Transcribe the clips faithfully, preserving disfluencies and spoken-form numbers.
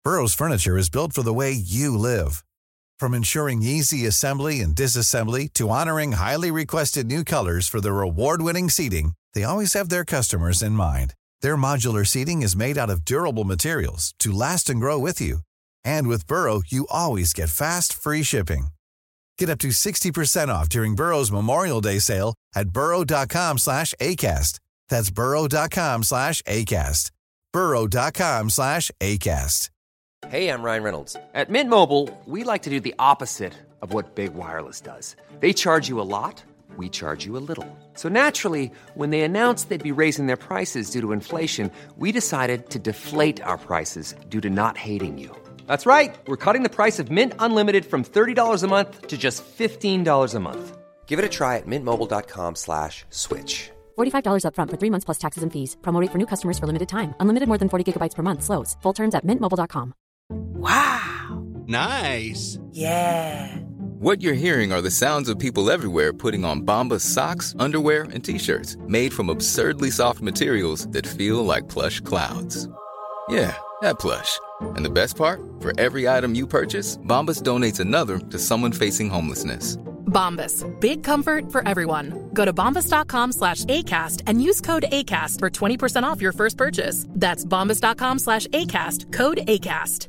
Burrow's furniture is built for the way you live. From ensuring easy assembly and disassembly to honoring highly requested new colors for their award-winning seating, they always have their customers in mind. Their modular seating is made out of durable materials to last and grow with you. And with Burrow, you always get fast, free shipping. Get up to sixty percent off during Burrow's Memorial Day sale at burrow.com slash ACAST. That's burrow.com slash ACAST. burrow.com slash ACAST. Hey, I'm Ryan Reynolds. At Mint Mobile, we like to do the opposite of what Big Wireless does. They charge you a lot, we charge you a little. So naturally, when they announced they'd be raising their prices due to inflation, we decided to deflate our prices due to not hating you. That's right. We're cutting the price of Mint Unlimited from thirty dollars a month to just fifteen dollars a month. Give it a try at mintmobile.com slash switch. forty-five dollars up front for three months plus taxes and fees. Promo rate for new customers for limited time. Unlimited more than forty gigabytes per month. Slows full terms at mint mobile dot com. Wow. Nice. Yeah. What you're hearing are the sounds of people everywhere putting on Bombas socks, underwear, and T-shirts made from absurdly soft materials that feel like plush clouds. Yeah, that plush. And the best part? For every item you purchase, Bombas donates another to someone facing homelessness. Bombas. Big comfort for everyone. Go to bombas.com slash ACAST and use code ACAST for twenty percent off your first purchase. That's bombas.com slash ACAST. Code ACAST.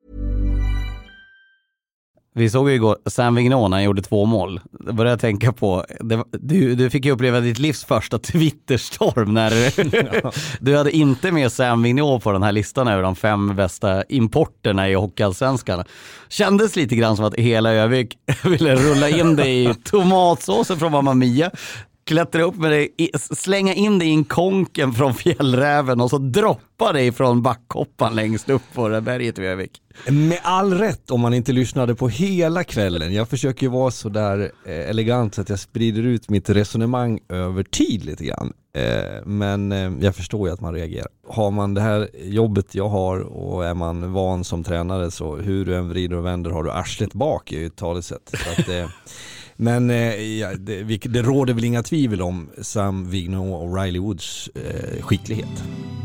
Vi såg ju igår Sam Vigneault, han gjorde två mål. Det började jag tänka på. Det, du, du fick ju uppleva ditt livs första Twitterstorm när du, du hade inte med Sam Vigneault på den här listan över de fem bästa importerna i Hockeyallsvenskan. Kändes lite grann som att hela Övik ville rulla in dig i tomatsåsen från Mamma Mia. Klättra upp med dig, slänga in dig i en konken från Fjällräven och så droppa dig från backhoppan längst upp på det berget i Övik. Med all rätt om man inte lyssnade på hela kvällen. Jag försöker ju vara så där eh, elegant så att jag sprider ut mitt resonemang över tid lite grann. Eh, men eh, jag förstår ju att man reagerar. Har man det här jobbet jag har och är man van som tränare så hur du än vrider och vänder har du arslet bak i ett talesätt. Så att eh, Men eh, ja, det, det råder väl inga tvivel om Sam Vigneault och Riley Woods eh, skicklighet.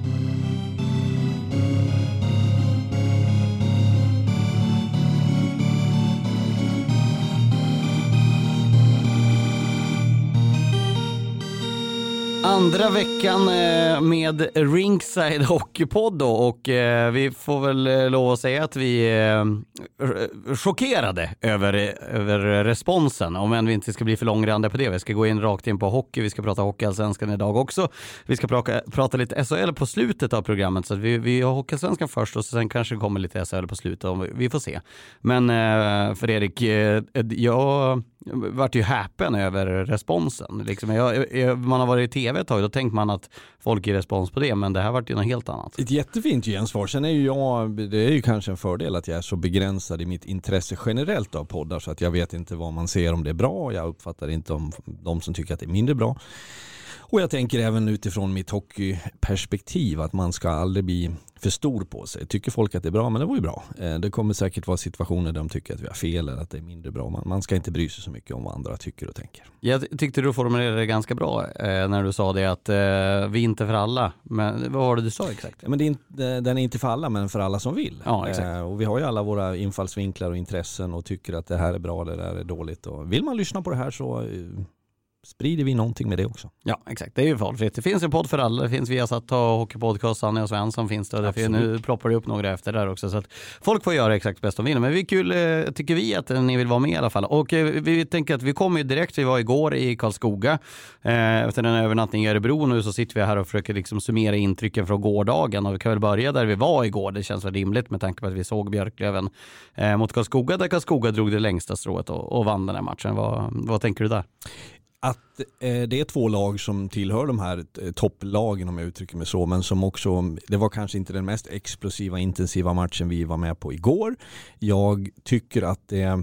Andra veckan med Rinkside Hockeypodd då, och vi får väl lov att säga att vi är chockerade över, över responsen, om än vi inte ska bli för långrandiga på det. Vi ska gå in rakt in på hockey, vi ska prata Hockeyallsvenskan idag också. Vi ska prata, prata lite S H L på slutet av programmet, så att vi, vi har Hockeyallsvenskan först och sen kanske kommer lite S H L på slutet, vi får se. Men Fredrik, jag vart ju häpen över responsen. Liksom jag, jag, man har varit i tv ett tag, då tänker man att folk ger respons på det, men det här vart ju något helt annat. Ett jättefint gensvar. Sen är ju jag, det är ju kanske en fördel att jag är så begränsad i mitt intresse generellt av poddar, så att jag vet inte vad man ser om det är bra. Jag uppfattar inte om de som tycker att det är mindre bra. Och jag tänker även utifrån mitt hockeyperspektiv att man ska aldrig bli för stor på sig. Tycker folk att det är bra, men det var ju bra. Det kommer säkert vara situationer där de tycker att vi har fel eller att det är mindre bra. Man, man ska inte bry sig så mycket om vad andra tycker och tänker. Jag tyckte du formulerade det ganska bra eh, när du sa det att eh, vi är inte för alla. Men vad var det du sa exakt? Ja, men det är inte, den är inte för alla, men för alla som vill. Ja, exakt. Eh, och vi har ju alla våra infallsvinklar och intressen och tycker att det här är bra, det där är dåligt. Och vill man lyssna på det här så Eh, sprider vi någonting med det också. Ja, exakt. Det är ju valfritt. Det finns en podd för alla. Det finns via satt och Hockeypodcast, Sanne och Svensson finns det. Därför nu ploppar det upp några efter där också. Så att folk får göra exakt bäst de vill. Men det är kul, tycker vi, att ni vill vara med i alla fall. Och vi tänker att vi kommer ju direkt. Vi var igår i Karlskoga. Efter en övernattning i Örebro nu så sitter vi här och försöker liksom summera intrycken från gårdagen. Och vi kan väl börja där vi var igår. Det känns väl rimligt med tanke på att vi såg Björklöven mot Karlskoga. Där Karlskoga drog det längsta strået och, och vann den här matchen. Vad, vad tänker du där? Att eh, det är två lag som tillhör de här eh, topplagen, om jag uttrycker mig så, men som också, det var kanske inte den mest explosiva, intensiva matchen vi var med på igår. Jag tycker att det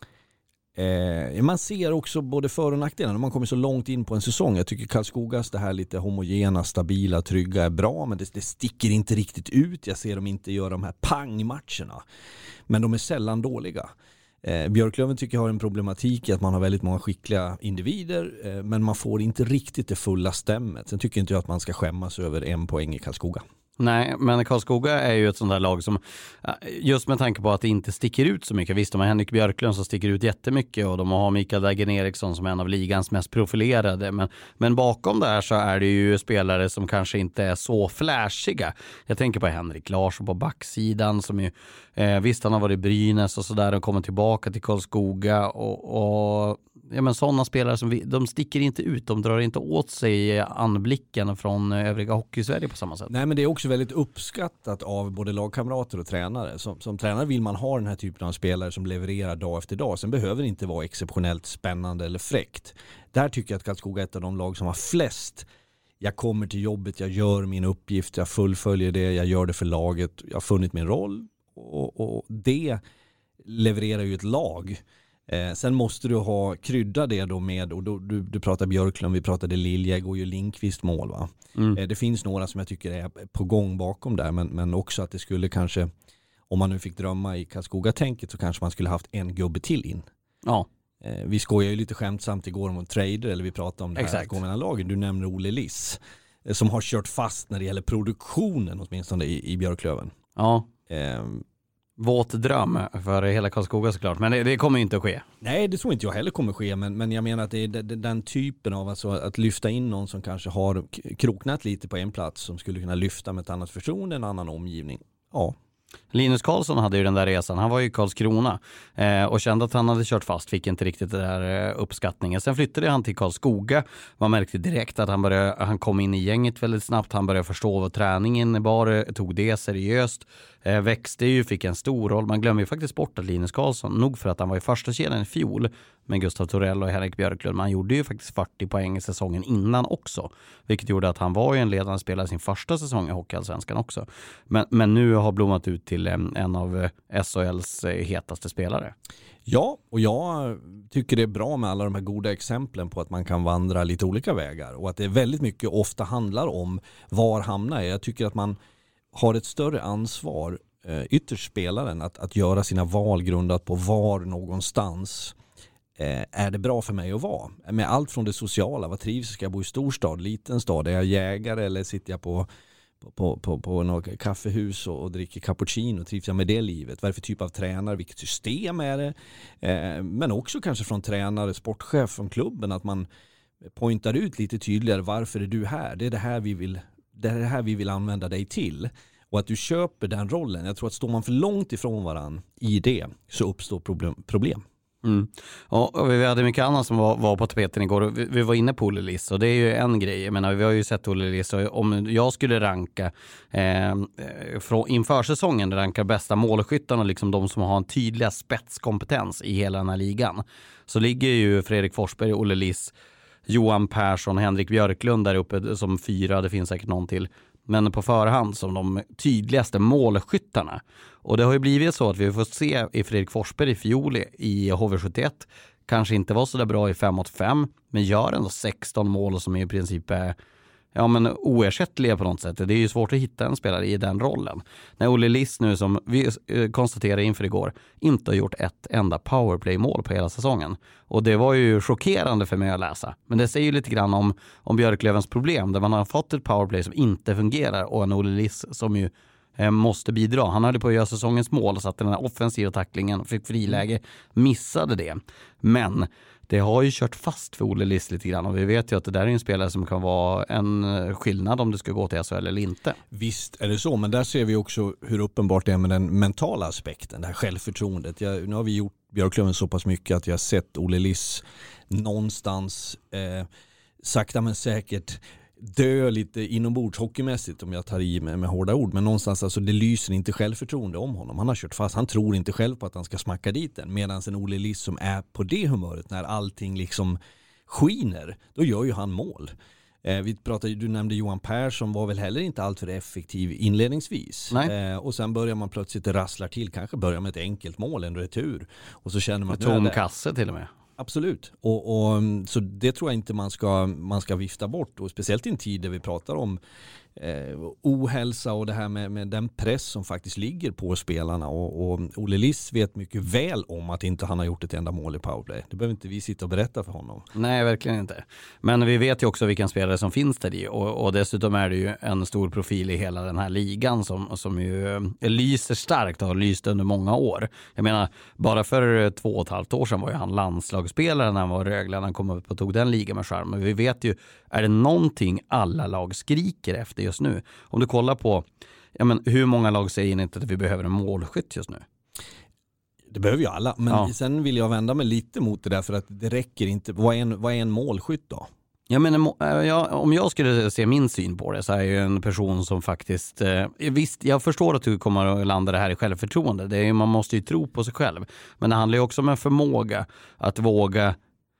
eh, man ser också både för- och nackdelar när man kommer så långt in på en säsong. Jag tycker Karlskogas det här lite homogena, stabila, trygga är bra, men det, det sticker inte riktigt ut. Jag ser dem inte göra de här pangmatcherna, men de är sällan dåliga. Eh, Björklöven tycker jag har en problematik i att man har väldigt många skickliga individer, eh, men man får inte riktigt det fulla stämmet. Sen tycker inte jag att man ska skämmas över en poäng i Karlskoga. Nej, men Karlskoga är ju ett sånt där lag som, just med tanke på att det inte sticker ut så mycket. Visst, de har Henrik Björklund som sticker ut jättemycket och de har Mikael Dagen Eriksson som är en av ligans mest profilerade. Men, men bakom det här så är det ju spelare som kanske inte är så flashiga. Jag tänker på Henrik Larsson på backsidan som ju, eh, visst han har varit i Brynäs och sådär och kommer tillbaka till Karlskoga och, och ja, men sådana spelare som vi, de sticker inte ut, de drar inte åt sig anblicken från övriga hockey-Sverige på samma sätt. Nej, men det är också väldigt uppskattat av både lagkamrater och tränare. Som, som tränare vill man ha den här typen av spelare som levererar dag efter dag. Sen behöver det inte vara exceptionellt spännande eller fräckt. Där tycker jag att Karlskoga är ett av de lag som har flest. Jag kommer till jobbet, jag gör min uppgift, jag fullföljer det, jag gör det för laget, jag har funnit min roll och, och det levererar ju ett lag. Eh, sen måste du ha krydda det då med, och då, du, du pratar Björklund, vi pratade Liljeg och ju Linkvist mål va. Mm. Eh, det finns några som jag tycker är på gång bakom där, men, men också att det skulle kanske, om man nu fick drömma i Karlskoga-tänket så kanske man skulle haft en gubbe till in. Ja. Eh, vi skojar ju lite skämtsamt igår om trader, eller vi pratade om det här att gå mellan lagen. Du nämner Olle Liss eh, som har kört fast när det gäller produktionen åtminstone i, i Björklöven. Ja. Eh, Våt dröm för hela Karlskoga såklart, men det, det kommer ju inte att ske. Nej, det tror inte jag heller kommer ske, men, men jag menar att det är den, den typen av alltså, att lyfta in någon som kanske har kroknat lite på en plats som skulle kunna lyfta med ett annat förtroende, en annan omgivning. Ja. Linus Karlsson hade ju den där resan, han var ju i Karlskrona eh, och kände att han hade kört fast, fick inte riktigt det där eh, uppskattningen. Sen flyttade han till Karlskoga, man märkte direkt att han, började, han kom in i gänget väldigt snabbt, han började förstå vad träningen innebar, tog det seriöst, eh, växte ju, fick en stor roll. Man glömmer ju faktiskt bort att Linus Karlsson, nog för att han var i första kedjan i fjol med Gustav Torell och Henrik Björklund, men han gjorde ju faktiskt fyrtio poäng i säsongen innan också, vilket gjorde att han var ju en ledande spelare i sin första säsong i Hockeyallsvenskan också. Men, men nu har blommat ut till en av S H L:s hetaste spelare. Ja, och jag tycker det är bra med alla de här goda exemplen på att man kan vandra lite olika vägar och att det är väldigt mycket ofta handlar om var hamnar jag. Jag tycker att man har ett större ansvar, ytterst spelaren, att, att göra sina val grundat på var någonstans eh, är det bra för mig att vara. Med allt från det sociala, vad trivs, ska jag bo i storstad, liten stad, är jag jägare eller sitter jag på på, på, på något kaffehus och, och dricker cappuccino, trivs jag med det livet? Vad är det för typ av tränare, vilket system är det? Eh, men också kanske från tränare, sportchef från klubben, att man pointar ut lite tydligare, varför är du här? Det är det här vi vill, det är det här vi vill använda dig till. Och att du köper den rollen. Jag tror att står man för långt ifrån varann i det så uppstår problem. problem. Mm. Och vi hade mycket annat som var, var på tapeten igår. Vi, vi var inne på Olle Liss och det är ju en grej. Jag menar, vi har ju sett Olle Liss, och om jag skulle ranka eh, från, inför säsongen ranka bästa målskyttarna, liksom de som har en tydlig spetskompetens i hela den här ligan, så ligger ju Fredrik Forsberg, Olle Liss, Johan Persson, Henrik Björklund där uppe som fyra. Det finns säkert någon till. Men på förhand som de tydligaste målskyttarna. Och det har ju blivit så att vi har fått se i Fredrik Forsberg i fjol i H V sjuttioett. Kanske inte var så där bra i fem mot fem, men gör ändå sexton mål som i princip är ja, men oersättliga på något sätt. Det är ju svårt att hitta en spelare i den rollen. När Olle Liss nu, som vi konstaterade inför igår, inte har gjort ett enda powerplay-mål på hela säsongen. Och det var ju chockerande för mig att läsa. Men det säger ju lite grann om, om Björklövens problem, där man har fått ett powerplay som inte fungerar och en Olle Liss som ju eh, måste bidra. Han hade på att göra säsongens mål, så att den här offensiva tacklingen, fick friläge, missade det. Men det har ju kört fast för Olle Liss lite grann, och vi vet ju att det där är en spelare som kan vara en skillnad om du ska gå till S H L eller inte. Visst är det så, men där ser vi också hur uppenbart det är med den mentala aspekten, det här självförtroendet. Jag, nu har vi gjort Björklöven så pass mycket att jag har sett Olle Liss någonstans eh, sakta men säkert dö lite inombords hockeymässigt, om jag tar i med, med hårda ord, men någonstans alltså det lyser inte självförtroende om honom. Han har kört fast, han tror inte själv på att han ska smacka dit den, medan en Olle Liss som är på det humöret när allting liksom skiner, då gör ju han mål. Eh, vi pratade, du nämnde Johan Persson, var väl heller inte alltför effektiv inledningsvis. Eh, och sen börjar man plötsligt rasslar till, kanske börjar med ett enkelt mål, en retur, och så känner man att tom kasse till och med. Absolut. Och, och, så det tror jag inte man ska, man ska vifta bort. Och speciellt i en tid där vi pratar om eh, ohälsa och det här med, med den press som faktiskt ligger på spelarna. Och, och Olle Liss vet mycket väl om att inte han har gjort ett enda mål i powerplay. Det behöver inte vi sitta och berätta för honom. Nej, verkligen inte. Men vi vet ju också vilken spelare som finns där i. Och, och dessutom är det ju en stor profil i hela den här ligan som, som ju eh, lyser starkt och har lyst under många år. Jag menar, bara för två och ett halvt år sedan var ju han landslagsspelare när han var Rögle. Han kom upp och tog den ligan med skärm. Men vi vet ju, är det någonting alla lag skriker efter just nu? Om du kollar på, ja men hur många lag säger inte att vi behöver en målskytt just nu? Det behöver ju alla, men ja. Sen vill jag vända mig lite mot det där för att det räcker inte. Vad är en, vad är en målskytt då? Ja, men, ja, om jag skulle se min syn på det så är jag ju en person som faktiskt, eh, visst jag förstår att du kommer att landa det här i självförtroende. Det är, man måste ju tro på sig själv. Men det handlar ju också om en förmåga att våga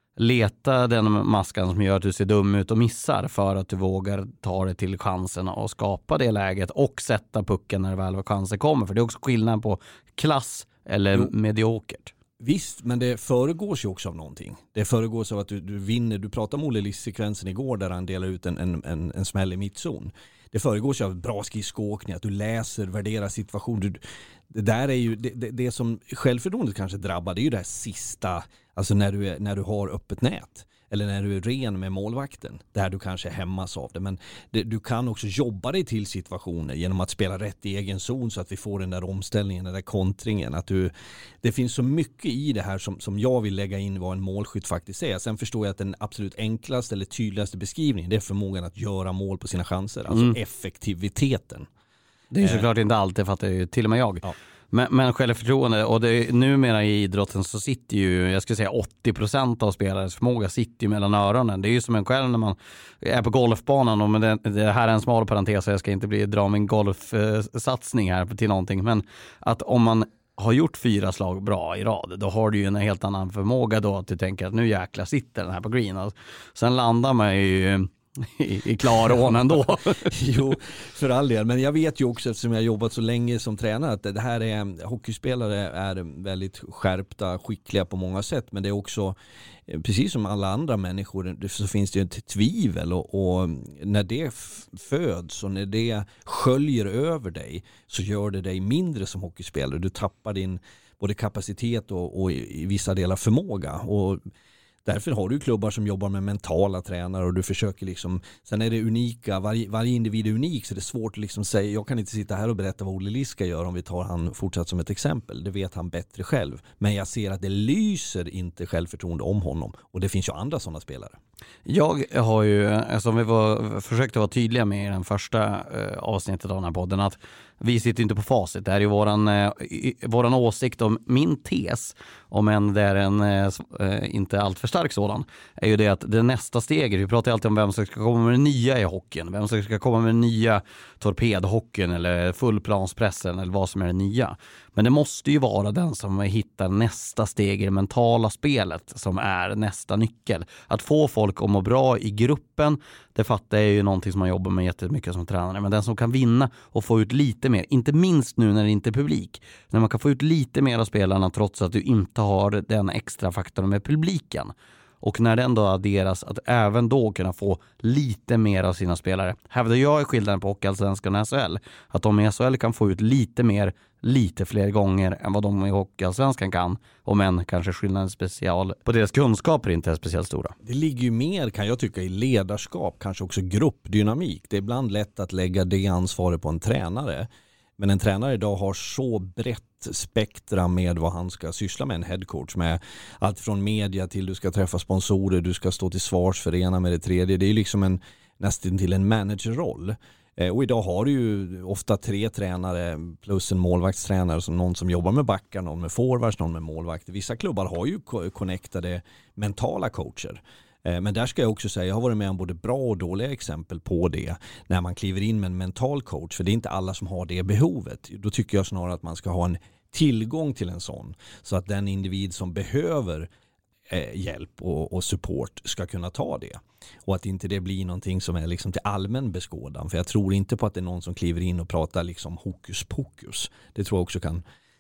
leta den maskan som gör att du ser dum ut och missar för att du vågar ta det till chansen och skapa det läget och sätta pucken när väl chansen kommer. För det är också skillnad på klass eller jo. mediokert. Visst, men det föregås ju också av någonting. Det föregås av att du, du vinner. Du pratade om Olle Liss-sekvensen igår där han delar ut en, en, en, en smäll i mittzon. Det föregås ju av bra skridskoåkning, att du läser, värderar situation. Du, det där är ju det, det, det som självförtroendet kanske drabbar. Det är ju det här sista, alltså när du, är, när du har öppet nät. Eller när du är ren med målvakten. Där du kanske hämmas av det. Men det, du kan också jobba dig till situationer genom att spela rätt i egen zon så att vi får den där omställningen, den där kontringen. Att du, det finns så mycket i det här som, som jag vill lägga in vad en målskytt faktiskt är. Sen förstår jag att den absolut enklaste eller tydligaste beskrivningen det är förmågan att göra mål på sina chanser. Alltså mm. effektiviteten. Det är ju såklart eh. inte alltid, fattar ju till och med jag. Ja. Men, men självförtroende, och det är, numera i idrotten så sitter ju, jag skulle säga åttio procent av spelares förmåga sitter ju mellan öronen. Det är ju som en själv när man är på golfbanan, och det, det här är en smal parentes så jag ska inte bli dra min golfsatsning här till någonting, men att om man har gjort fyra slag bra i rad, då har du ju en helt annan förmåga då att du tänker att nu jäkla sitter den här på green. Och sen landar man ju i, i klarån ändå. Jo, för all del. Men jag vet ju också, eftersom jag har jobbat så länge som tränare, att det här är, hockeyspelare är väldigt skärpta, skickliga på många sätt. Men det är också, precis som alla andra människor, så finns det ju ett tvivel. Och, och när det föds och när det sköljer över dig så gör det dig mindre som hockeyspelare. Du tappar din både kapacitet och, och i, i vissa delar förmåga. Och därför har du klubbar som jobbar med mentala tränare och du försöker liksom, sen är det unika, varje, varje individ är unik så det är svårt att liksom säga, jag kan inte sitta här och berätta vad Olle Liss ska göra om vi tar han fortsatt som ett exempel, det vet han bättre själv. Men jag ser att det lyser inte självförtroende om honom och det finns ju andra sådana spelare. Jag har ju, som vi var, försökte vara tydliga med i den första eh, avsnittet av den här podden, att vi sitter inte på facit. Det här är ju våran, eh, våran åsikt om min tes, om än det är en eh, inte allt för stark sådan, är ju det att det nästa steget, vi pratar alltid om vem som ska komma med det nya i hockeyn, vem som ska komma med den nya torpedhockeyn eller fullplanspressen eller vad som är det nya. Men det måste ju vara den som hittar nästa steg i det mentala spelet som är nästa nyckel. Att få folk att må bra i gruppen, det fattar jag ju någonting som man jobbar med jättemycket som tränare. Men den som kan vinna och få ut lite mer, inte minst nu när det inte är publik. När man kan få ut lite mer av spelarna trots att du inte har den extra faktorn med publiken. Och när den då adderas, att även då kunna få lite mer av sina spelare. Hävdar jag är skillnaden på Hockeyallsvenskan och S H L. Att de i S H L kan få ut lite mer, lite fler gånger än vad de i Hockeyallsvenskan kan. Och men kanske skillnaden special på deras kunskaper inte är speciellt stora. Det ligger ju mer, kan jag tycka, i ledarskap, kanske också gruppdynamik. Det är ibland lätt att lägga det ansvaret på en tränare. Men en tränare idag har så brett spektra med vad han ska syssla med, en headcoach, med allt från media till du ska träffa sponsorer, du ska stå till svars för det ena med det tredje. Det är liksom en, nästan till en managerroll. Och idag har du ju ofta tre tränare plus en målvaktstränare, som någon som jobbar med backar, någon med forwards, någon med målvakt. Vissa klubbar har ju connectade mentala coacher. Men där ska jag också säga, jag har varit med om både bra och dåliga exempel på det när man kliver in med en mental coach, för det är inte alla som har det behovet. Då tycker jag snarare att man ska ha en tillgång till en sån, så att den individ som behöver eh, hjälp och, och support ska kunna ta det. Och att inte det blir någonting som är liksom till allmän beskådan, för jag tror inte på att det är någon som kliver in och pratar liksom hokus pokus. Det tror jag också kan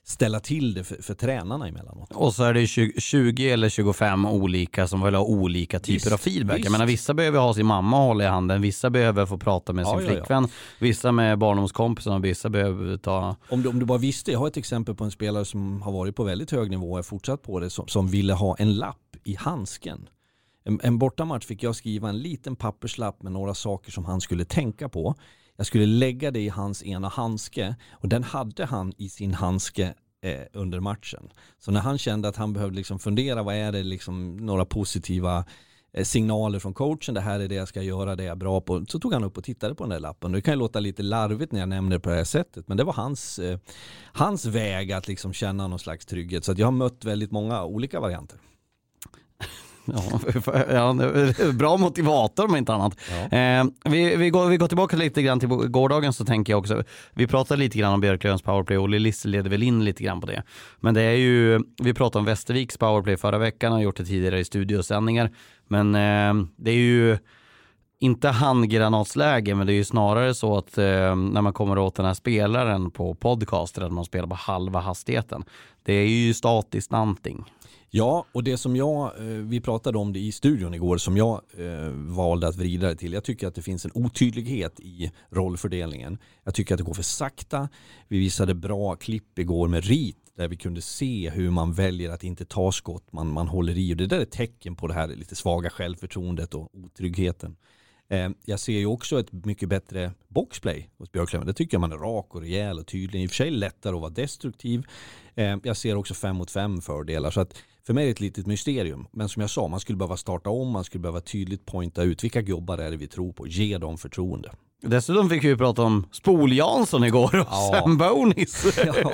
ställa till det för, för tränarna emellanåt. Och så är det tjugo, tjugo eller tjugofem olika som vill ha olika typer visst, av feedback. Jag menar, vissa behöver ha sin mamma hålla i handen, vissa behöver få prata med sin ja, flickvän, ja, ja. vissa med barndomskompisar och vissa behöver ta... Om du, om du bara visste, jag har ett exempel på en spelare som har varit på väldigt hög nivå och är fortsatt på det, som, som ville ha en lapp i handsken. En, en bortamatch fick jag skriva en liten papperslapp med några saker som han skulle tänka på. Jag skulle lägga det i hans ena handske och den hade han i sin handske eh, under matchen. Så när han kände att han behövde liksom fundera, vad är det liksom några positiva eh, signaler från coachen, det här är det jag ska göra, det är jag bra på. Så tog han upp och tittade på den där lappen. Det kan ju låta lite larvigt när jag nämner det på det här sättet, men det var hans, eh, hans väg att liksom känna någon slags trygghet. Så att jag har mött väldigt många olika varianter. Ja, ja, bra motivator om inte annat. Ja. Eh, vi, vi, går, vi går tillbaka lite grann till gårdagen, så tänker jag också. Vi pratade lite grann om Björklövens powerplay och Lisse leder väl in lite grann på det. Men det är ju, vi pratade om Västerviks powerplay förra veckan och gjort det tidigare i studiosändningar. Men eh, det är ju inte handgranatsläge, men det är ju snarare så att eh, när man kommer åt den här spelaren på podcaster att man spelar på halva hastigheten. Det är ju statiskt någonting. Ja, och det som jag, vi pratade om det i studion igår, som jag eh, valde att vrida det till. Jag tycker att det finns en otydlighet i rollfördelningen. Jag tycker att det går för sakta. Vi visade bra klipp igår med rit där vi kunde se hur man väljer att inte ta skott. Man, man håller i, och det där är ett tecken på det här lite svaga självförtroendet och otryggheten. Eh, jag ser ju också ett mycket bättre boxplay hos Björklöven. Det tycker jag, man är rak och rejäl och tydlig. I och för sig lättare att vara destruktiv. Eh, jag ser också fem mot fem fördelar, så att för mig är det ett litet mysterium. Men som jag sa, man skulle behöva starta om, man skulle behöva tydligt pointa ut vilka gubbar är det vi tror på, ge dem förtroende. Dessutom fick vi ju prata om Spol Jansson igår och ja. Sam Bonis. ja.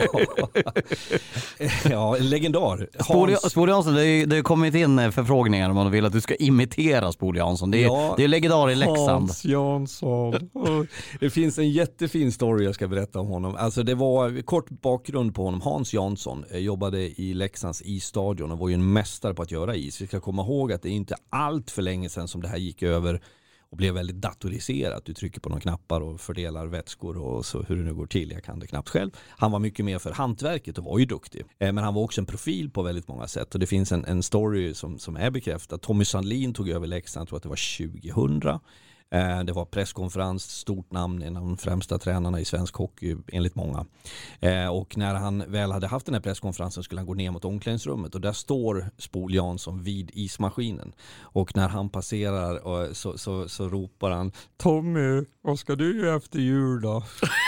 ja, en legendar. Spol, Spol Jansson, det har kommit in förfrågningar om man vill att du ska imitera Spol Jansson. Det är, ja. det är legendar i Leksand. Hans Jansson. Det finns en jättefin story jag ska berätta om honom. Alltså det var kort bakgrund på honom. Hans Jansson jobbade i Leksands isstadion och var ju en mästare på att göra is. Vi ska komma ihåg att det är inte allt för länge sedan som det här gick över och blev väldigt datoriserat. Du trycker på några knappar och fördelar vätskor och så hur det nu går till. Jag kan det knappt själv. Han var mycket mer för hantverket och var ju duktig. Men han var också en profil på väldigt många sätt. Och det finns en, en story som, som är bekräftad. Tommy Sandlin tog över Leksand, jag tror att det var tjugohundra. Det var presskonferens, stort namn, en av de främsta tränarna i svensk hockey enligt många. Och när han väl hade haft den här presskonferensen skulle han gå ner mot omklädningsrummet och där står Spol Jansson vid ismaskinen. Och när han passerar så, så, så ropar han: Tommy, vad ska du göra efter jul då?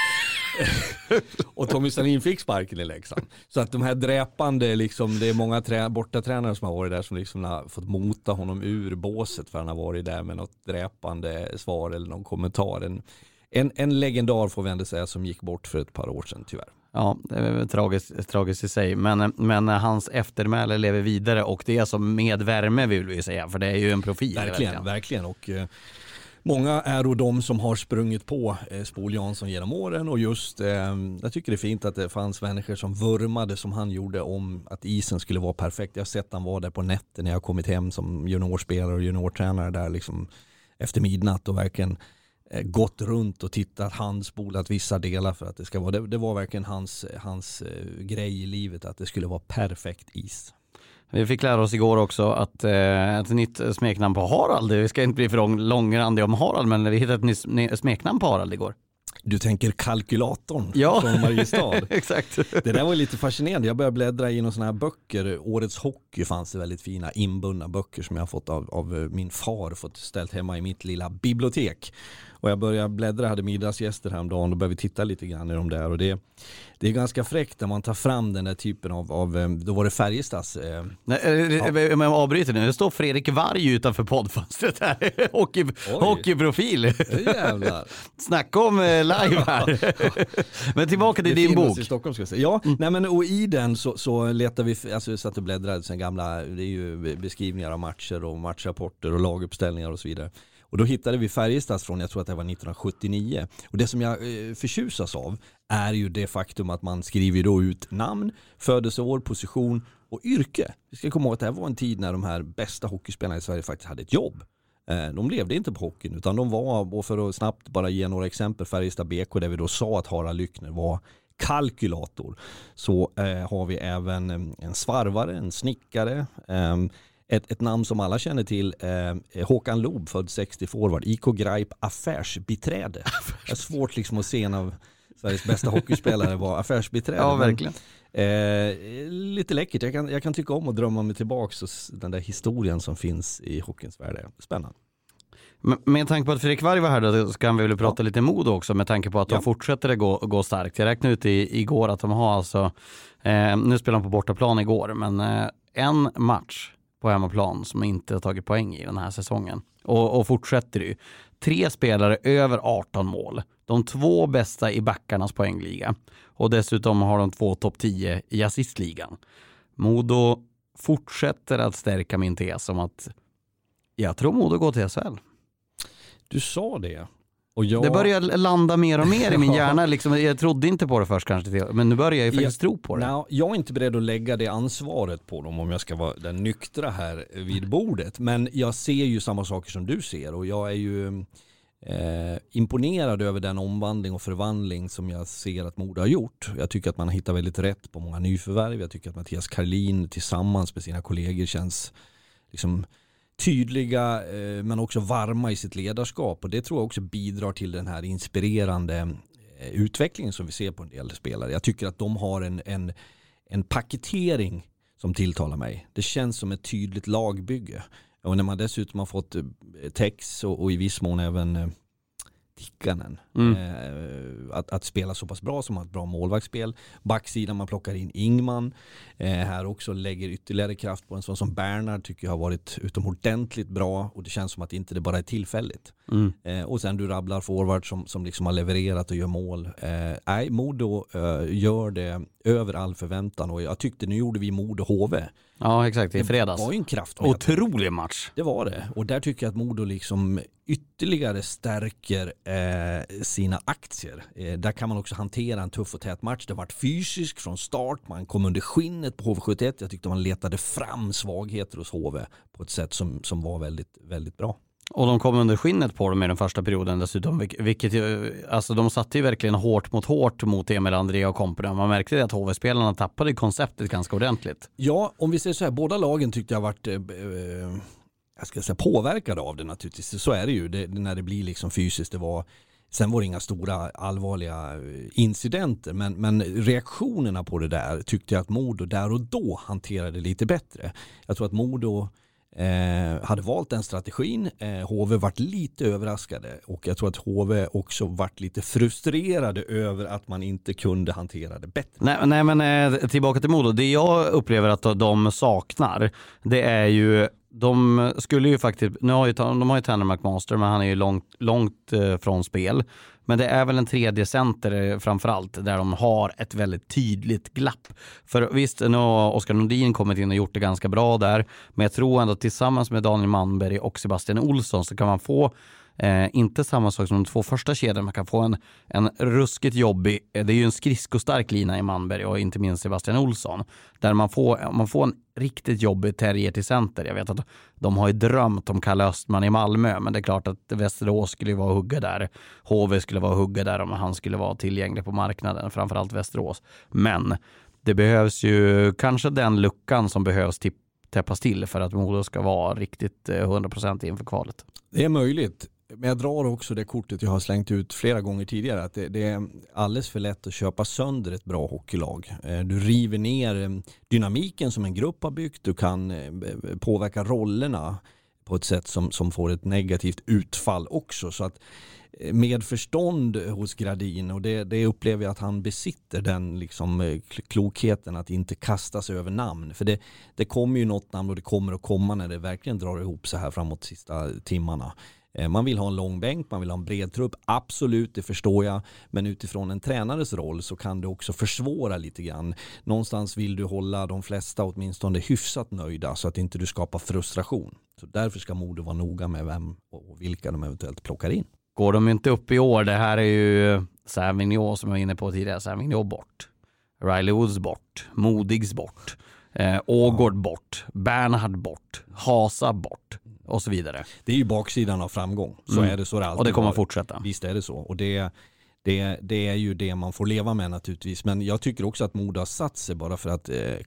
Och Tommy Sandlin fick sparken i Leksand. Så att de här dräpande liksom, det är många trä, bortatränare som har varit där som liksom har fått mota honom ur båset för han har varit där med något dräpande svar eller någon kommentar. En, en, en legendar får vi ändå säga som gick bort för ett par år sedan tyvärr. Ja, det är tragiskt, tragiskt i sig. Men, men hans eftermäle lever vidare och det är som med värme vill vi säga, för det är ju en profil. Verkligen, verkligen. Och eh, många är då de som har sprungit på eh, Spol Jansson genom åren och just, eh, jag tycker det är fint att det fanns människor som vurmade som han gjorde om att isen skulle vara perfekt. Jag har sett han var där på nätten när jag kommit hem som juniorspelare och juniortränare där liksom efter midnatt och verkligen eh, gått runt och tittat, handspolat vissa delar för att det ska vara, det, det var verkligen hans, hans eh, grej i livet att det skulle vara perfekt is. Vi fick lära oss igår också att eh, ett nytt smeknamn på Harald. Vi ska inte bli för lång, långrandig om Harald, men vi hittade ett nytt smeknamn på Harald igår. Du tänker kalkylatorn ja. från Mariestad. Exakt. Det där var lite fascinerande. Jag började bläddra i några sådana här böcker. Årets hockey fanns det väldigt fina inbundna böcker som jag har fått av, av min far fått ställt hemma i mitt lilla bibliotek. Och jag började bläddra, hade middagsgäster häromdagen och började vi titta lite grann i de där. Och det, det är ganska fräckt när man tar fram den där typen av, av då var det Färjestads. Eh, Nej, ja. Men jag avbryter nu. Det står Fredrik Varg utanför poddfönstret här. Hockey, hockeyprofil. Jävlar. Snacka om eh, live här. Men tillbaka till din bok. I Stockholm ska jag säga. Ja, mm. nej men och i den så, så letar vi, alltså vi satt och bläddrade sen gamla, det är ju beskrivningar av matcher och matchrapporter och laguppställningar och så vidare. Och då hittade vi Färjestads från, jag tror att det var nittonhundrasjuttionio. Och det som jag eh, förtjusas av är ju det faktum att man skriver då ut namn, födelseår, position och yrke. Vi ska komma ihåg att det här var en tid när de här bästa hockeyspelarna i Sverige faktiskt hade ett jobb. Eh, de levde inte på hockeyn utan de var, och för att snabbt bara ge några exempel, Färjestad B K där vi då sa att Harald Lyckner var kalkylator så eh, har vi även en svarvare, en snickare, eh, ett, ett namn som alla känner till, eh, Håkan Loob, född sextio, forward, I K Greip affärsbiträde. Det är svårt liksom att se en av Sveriges bästa hockeyspelare var affärsbiträde. Ja, verkligen. Men, eh, lite läckert. Jag kan, jag kan tycka om att drömma mig tillbaka och den där historien som finns i hockeyns värld. Spännande. Men med tanke på att Fredrik Varg var här då, så kan vi väl prata ja. lite mod också med tanke på att de ja. fortsätter att gå, gå starkt. Jag räknade ut i, igår att de har alltså, eh, nu spelar de på bortaplan igår, men eh, en match på hemmaplan som inte har tagit poäng i den här säsongen. Och, och fortsätter ju. Tre spelare över arton mål. De två bästa i backarnas poängliga. Och dessutom har de två topp tio i assistligan. Modo fortsätter att stärka min tes om att jag tror Modo går till S H L. Du sa det. Och jag... Det börjar landa mer och mer i min hjärna. Liksom, jag trodde inte på det först kanske, men nu börjar jag ju faktiskt jag, tro på det. No, jag är inte beredd att lägga det ansvaret på dem om jag ska vara den nyktra här vid bordet. Men jag ser ju samma saker som du ser och jag är ju eh, imponerad över den omvandling och förvandling som jag ser att Modo har gjort. Jag tycker att man har hittat väldigt rätt på många nyförvärv. Jag tycker att Mattias Karlin tillsammans med sina kollegor känns liksom tydliga eh, men också varma i sitt ledarskap och det tror jag också bidrar till den här inspirerande eh, utvecklingen som vi ser på en del spelare. Jag tycker att de har en, en, en paketering som tilltalar mig. Det känns som ett tydligt lagbygge och när man dessutom har fått eh, Tex och, och i viss mån även eh, Tikkanen mm. eh, att, att spela så pass bra som ett bra målvaktsspel. Backsidan man plockar in Ingman eh, här också lägger ytterligare kraft på en sån som Bernhard tycker jag har varit utomordentligt bra och det känns som att inte det bara är tillfälligt. Mm. Eh, och sen du rabblar forward som, som liksom har levererat och gör mål. Eh, nej, Modo eh, gör det över all förväntan och jag tyckte nu gjorde vi Modo H V. Ja, exakt, i fredags. Det var ju en kraft. Otrolig match. Det var det. Och där tycker jag att Modo liksom ytterligare stärker eh, sina aktier. Eh, där kan man också hantera en tuff och tät match. Det har varit fysisk från start. Man kom under skinnet på H V sjuttioett. Jag tyckte man letade fram svagheter hos H V på ett sätt som, som var väldigt, väldigt bra. Och de kom under skinnet på dem i den första perioden dessutom, vilket alltså de satte ju verkligen hårt mot hårt mot Emil André och kompanierna. Man märkte att H V-spelarna tappade konceptet ganska ordentligt. Ja, om vi säger så här, båda lagen tyckte jag varit eh, jag ska säga påverkade av det naturligtvis. Så är det ju, det, när det blir liksom fysiskt. Det var, sen var det inga stora allvarliga incidenter, men, men reaktionerna på det där tyckte jag att Modo där och då hanterade lite bättre. Jag tror att Modo Eh, hade valt den strategin. Eh, H V vart lite överraskade och jag tror att H V också vart lite frustrerade över att man inte kunde hantera det bättre. Nej, nej men eh, tillbaka till Modo. Det jag upplever att de saknar, det är ju de skulle ju faktiskt, nu har ju, de har ju Tanner McMaster, men han är ju långt, långt eh, från spel. Men det är väl en tredje center framförallt där de har ett väldigt tydligt glapp. För visst, nu har Oskar Nordin kommit in och gjort det ganska bra där. Men jag tror ändå att tillsammans med Daniel Manberg och Sebastian Olsson så kan man få Eh, inte samma sak som de två första kedjorna. Man kan få en, en ruskigt jobbig, det är ju en skridskostark lina i Manberg och inte minst Sebastian Olsson. Där man får, man får en riktigt jobbig terrier till center. Jag vet att de har ju drömt om Kalle Östman i Malmö, men det är klart att Västerås skulle vara hugga där. H V skulle vara hugga där om han skulle vara tillgänglig på marknaden, framförallt Västerås. Men det behövs ju kanske den luckan som behövs till täppas till för att Modo ska vara riktigt hundra procent inför kvalet. Det är möjligt. Men jag drar också det kortet jag har slängt ut flera gånger tidigare, att det, det är alldeles för lätt att köpa sönder ett bra hockeylag. Du river ner dynamiken som en grupp har byggt, du kan påverka rollerna på ett sätt som, som får ett negativt utfall också. Så att med förstånd hos Gradin, och det, det upplever jag att han besitter, den liksom klokheten att inte kastas över namn. För det, det kommer ju något namn och det kommer att komma när det verkligen drar ihop så här framåt sista timmarna. Man vill ha en lång bänk, man vill ha en bred trupp, absolut, det förstår jag. Men utifrån en tränares roll så kan det också försvåra lite grann. Någonstans vill du hålla de flesta åtminstone hyfsat nöjda så att inte du skapar frustration. Så därför ska Modo vara noga med vem och vilka de eventuellt plockar in. Går de inte upp i år, det här är ju Savignon som jag var inne på tidigare, Savignon bort, Riley Woods bort, Modigs bort, eh, Ågård bort, Bernhard bort, Hasa bort och så vidare. Det är ju baksidan av framgång. Så mm. är det så är det alltid. Och det kommer att fortsätta. Visst är det så. Och det, Det, det är ju det man får leva med naturligtvis. Men jag tycker också att Modo har satt sig bara för att eh,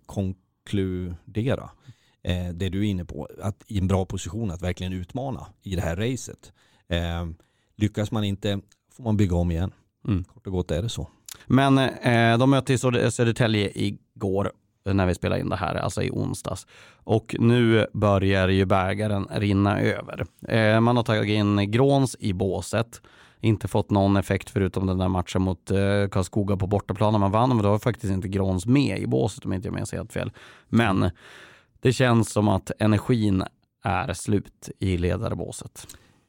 konkludera eh, det du är inne på. Att i en bra position att verkligen utmana i det här racet. Eh, lyckas man inte får man bygga om igen. Mm. Kort och gott är det så. Men eh, de mötte i Södertälje igår när vi spelade in det här, alltså i onsdags. Och nu börjar ju bägaren rinna över. Eh, man har tagit in Gråns i båset. Inte fått någon effekt förutom den där matchen mot eh, Karlskoga på bortaplan. Man vann, men då var faktiskt inte Gråns med i båset om inte jag minns helt fel. Men det känns som att energin är slut i ledarbåset.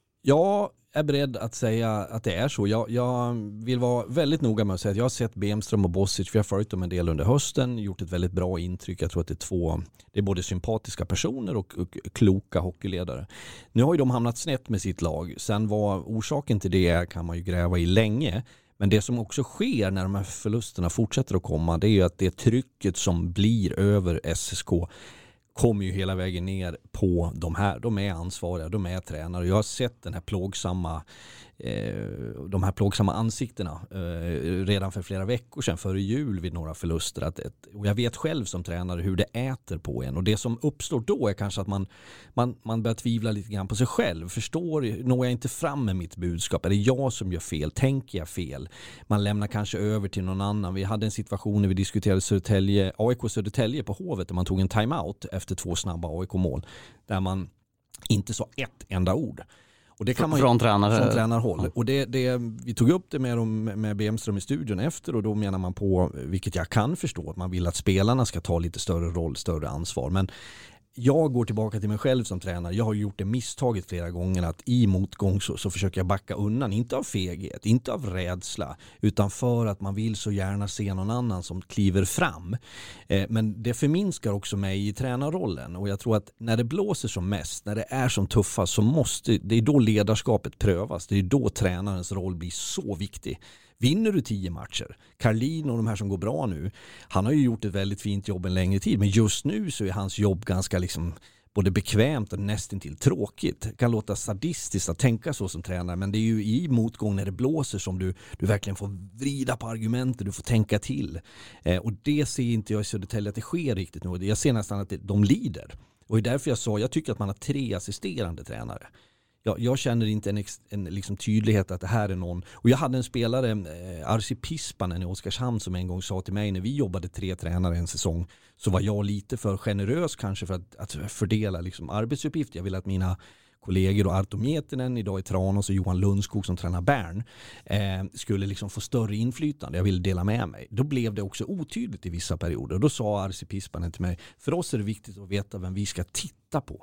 Jag är beredd att säga att det är så. Jag, jag vill vara väldigt noga med att säga att jag har sett Bemström och Bosic, vi har följt dem en del under hösten, gjort ett väldigt bra intryck. Jag tror att det är två, det är både sympatiska personer och, och kloka hockeyledare. Nu har ju de hamnat snett med sitt lag. Sen vad orsaken till det är kan man ju gräva i länge. Men det som också sker när de här förlusterna fortsätter att komma, det är ju att det trycket som blir över S S K kommer ju hela vägen ner på de här. De är ansvariga, de är tränare. Jag har sett den här plågsamma, eh, de här plågsamma ansiktena eh, redan för flera veckor sedan, före jul vid några förluster. Att ett, och jag vet själv som tränare hur det äter på en. Och det som uppstår då är kanske att man, man, man börjar tvivla lite grann på sig själv. Förstår, når jag inte fram med mitt budskap? Är det jag som gör fel? Tänker jag fel? Man lämnar kanske över till någon annan. Vi hade en situation när vi diskuterade Södertälje, A I K Södertälje på Hovet, där man tog en timeout efter två snabba A I K-mål. Där man inte sa ett enda ord. Och det kan man ju, från, tränare. från tränarhåll. Och det, det, vi tog upp det med, dem, med Bemström i studion efter, och då menar man på, vilket jag kan förstå, att man vill att spelarna ska ta lite större roll, större ansvar. Men jag går tillbaka till mig själv som tränare. Jag har gjort det misstaget flera gånger att i motgång så, så försöker jag backa undan. Inte av feghet, inte av rädsla, utan för att man vill så gärna se någon annan som kliver fram. Eh, men det förminskar också mig i tränarrollen. Och jag tror att när det blåser som mest, när det är som tuffast, så måste, det är då ledarskapet prövas. Det är då tränarens roll blir så viktig. Vinner du tio matcher, Karlin och de här som går bra nu, han har ju gjort ett väldigt fint jobb en längre tid, men just nu så är hans jobb ganska liksom både bekvämt och nästintill tråkigt. Det kan låta sadistiskt att tänka så som tränare, men det är ju i motgång när det blåser som du, du verkligen får vrida på argumenten, du får tänka till. Eh, och det ser inte jag i Södertälje att det sker riktigt nu. Jag ser nästan att det, de lider. Och det är därför jag sa, jag tycker att man har tre assisterande tränare. Jag, jag känner inte en, en liksom tydlighet att det här är någon. Och jag hade en spelare, eh, Arsi Pispanen i Oskarshamn, som en gång sa till mig när vi jobbade tre tränare en säsong, så var jag lite för generös kanske för att, att fördela liksom arbetsuppgifter. Jag ville att mina kollegor och Arto Mietinen idag i Tranås och Johan Lundskog som tränar Bern eh, skulle liksom få större inflytande. Jag ville dela med mig. Då blev det också otydligt i vissa perioder. Och då sa Arsi Pispanen till mig, för oss är det viktigt att veta vem vi ska titta på.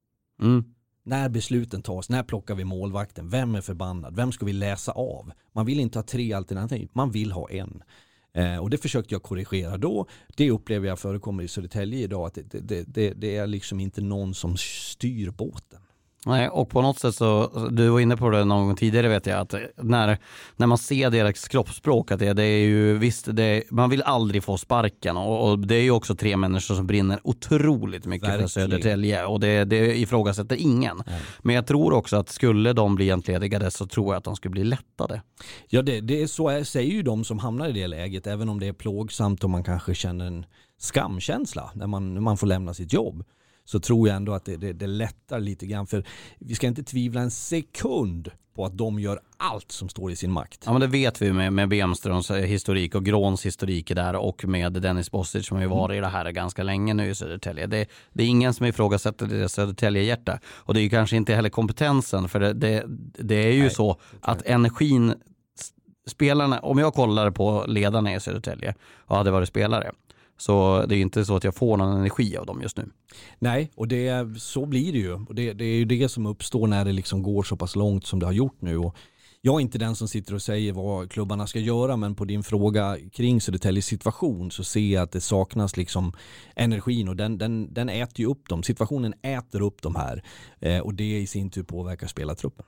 Mm. När besluten tas, när plockar vi målvakten, vem är förbannad, vem ska vi läsa av? Man vill inte ha tre alternativ, man vill ha en. Eh, och det försökte jag korrigera då. Det upplever jag förekommer i Södertälje idag, att det, det, det, det är liksom inte någon som styr båten. Nej, och på något sätt så, du var inne på det någon gång tidigare vet jag, att när, när man ser deras kroppsspråk, att det, det är ju visst, det, man vill aldrig få sparken, och, och det är ju också tre människor som brinner otroligt mycket Verkligen. för Södertälje, och det, det ifrågasätter ingen. Nej. Men jag tror också att skulle de bli entledigade så tror jag att de skulle bli lättade. Ja, det, det är så är, säger ju de som hamnar i det läget, även om det är plågsamt och man kanske känner en skamkänsla när man, när man får lämna sitt jobb. Så tror jag ändå att det, det, det lättar lite grann. För vi ska inte tvivla en sekund på att de gör allt som står i sin makt. Ja, men det vet vi med, med Bemströms historik och Gråns historik där, och med Dennis Bosic som har ju varit i det här ganska länge nu i Södertälje. Det, det är ingen som ifrågasätter det Södertälje-hjärta. Och det är ju kanske inte heller kompetensen, för det, det, det är ju Nej, så att energin, spelarna, om jag kollar på ledarna i Södertälje och hade varit spelare, så det är inte så att jag får någon energi av dem just nu. Nej, och det, så blir det ju. Och det, det är ju det som uppstår när det liksom går så pass långt som det har gjort nu. Och jag är inte den som sitter och säger vad klubbarna ska göra, men på din fråga kring Södertäljes situation så ser jag att det saknas liksom energin, och den, den, den äter ju upp dem. Situationen äter upp dem här, eh, och det i sin tur påverkar spelartruppen.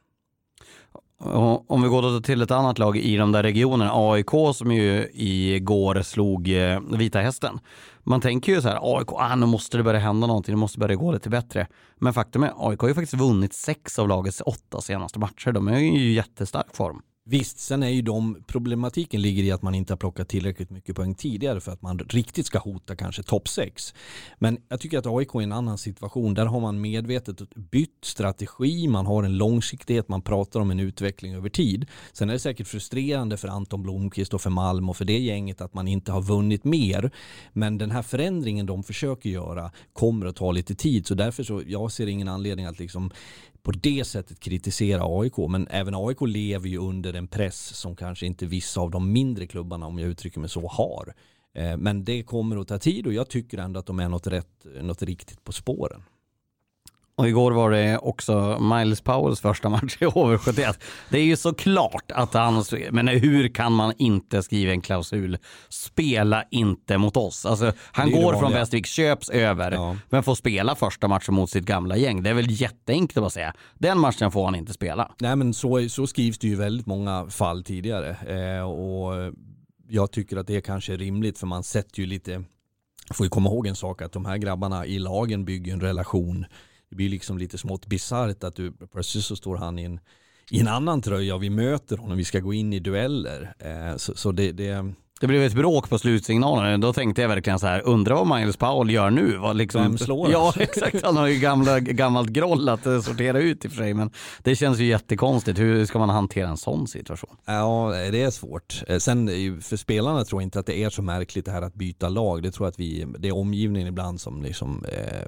Om vi går då till ett annat lag i de där regionerna, A I K som ju igår slog Vita Hästen. Man tänker ju så här, A I K, ah, nu måste det börja hända någonting, det måste börja gå lite bättre. Men faktum är, A I K har ju faktiskt vunnit sex av lagets åtta senaste matcher. De är ju i jättestark form. Visst, sen är ju de, problematiken ligger i att man inte har plockat tillräckligt mycket poäng tidigare för att man riktigt ska hota kanske topp sex. Men jag tycker att A I K är en annan situation. Där har man medvetet bytt strategi, man har en långsiktighet, man pratar om en utveckling över tid. Sen är det säkert frustrerande för Anton Blomqvist och för Malm och för det gänget att man inte har vunnit mer. Men den här förändringen de försöker göra kommer att ta lite tid. Så därför så, jag ser ingen anledning att liksom på det sättet kritisera A I K, men även A I K lever ju under en press som kanske inte vissa av de mindre klubbarna, om jag uttrycker mig så, har. Men det kommer att ta tid och jag tycker ändå att de är något, rätt, något riktigt på spåren. Och igår var det också Miles Powells första match i H V sjuttioett. Det är ju så klart att han, men hur kan man inte skriva en klausul? Spela inte mot oss. Alltså, han går från Västervik, köps över, ja. Men får spela första matchen mot sitt gamla gäng. Det är väl jätteenkelt att bara säga. Den matchen får han inte spela. Nej, men så, så skrivs det ju väldigt många fall tidigare. Eh, och jag tycker att det är kanske rimligt, för man sätter ju lite, får ju komma ihåg en sak, att de här grabbarna i lagen bygger en relation. Det blir liksom lite smått bizarrt att du precis så står han i en, i en annan tröja och vi möter honom, vi ska gå in i dueller. Eh, så, så det, det... det blev ett bråk på slutsignalen. Då tänkte jag verkligen så här, undrar vad Miles Powell gör nu? Vad liksom... Vem slår? Ja, exakt. Han har ju gamla, gammalt groll att sortera ut i för sig. Men det känns ju jättekonstigt. Hur ska man hantera en sån situation? Ja, det är svårt. Sen för spelarna tror jag inte att det är så märkligt det här att byta lag. Det tror jag att vi, det är omgivningen ibland som liksom... Eh,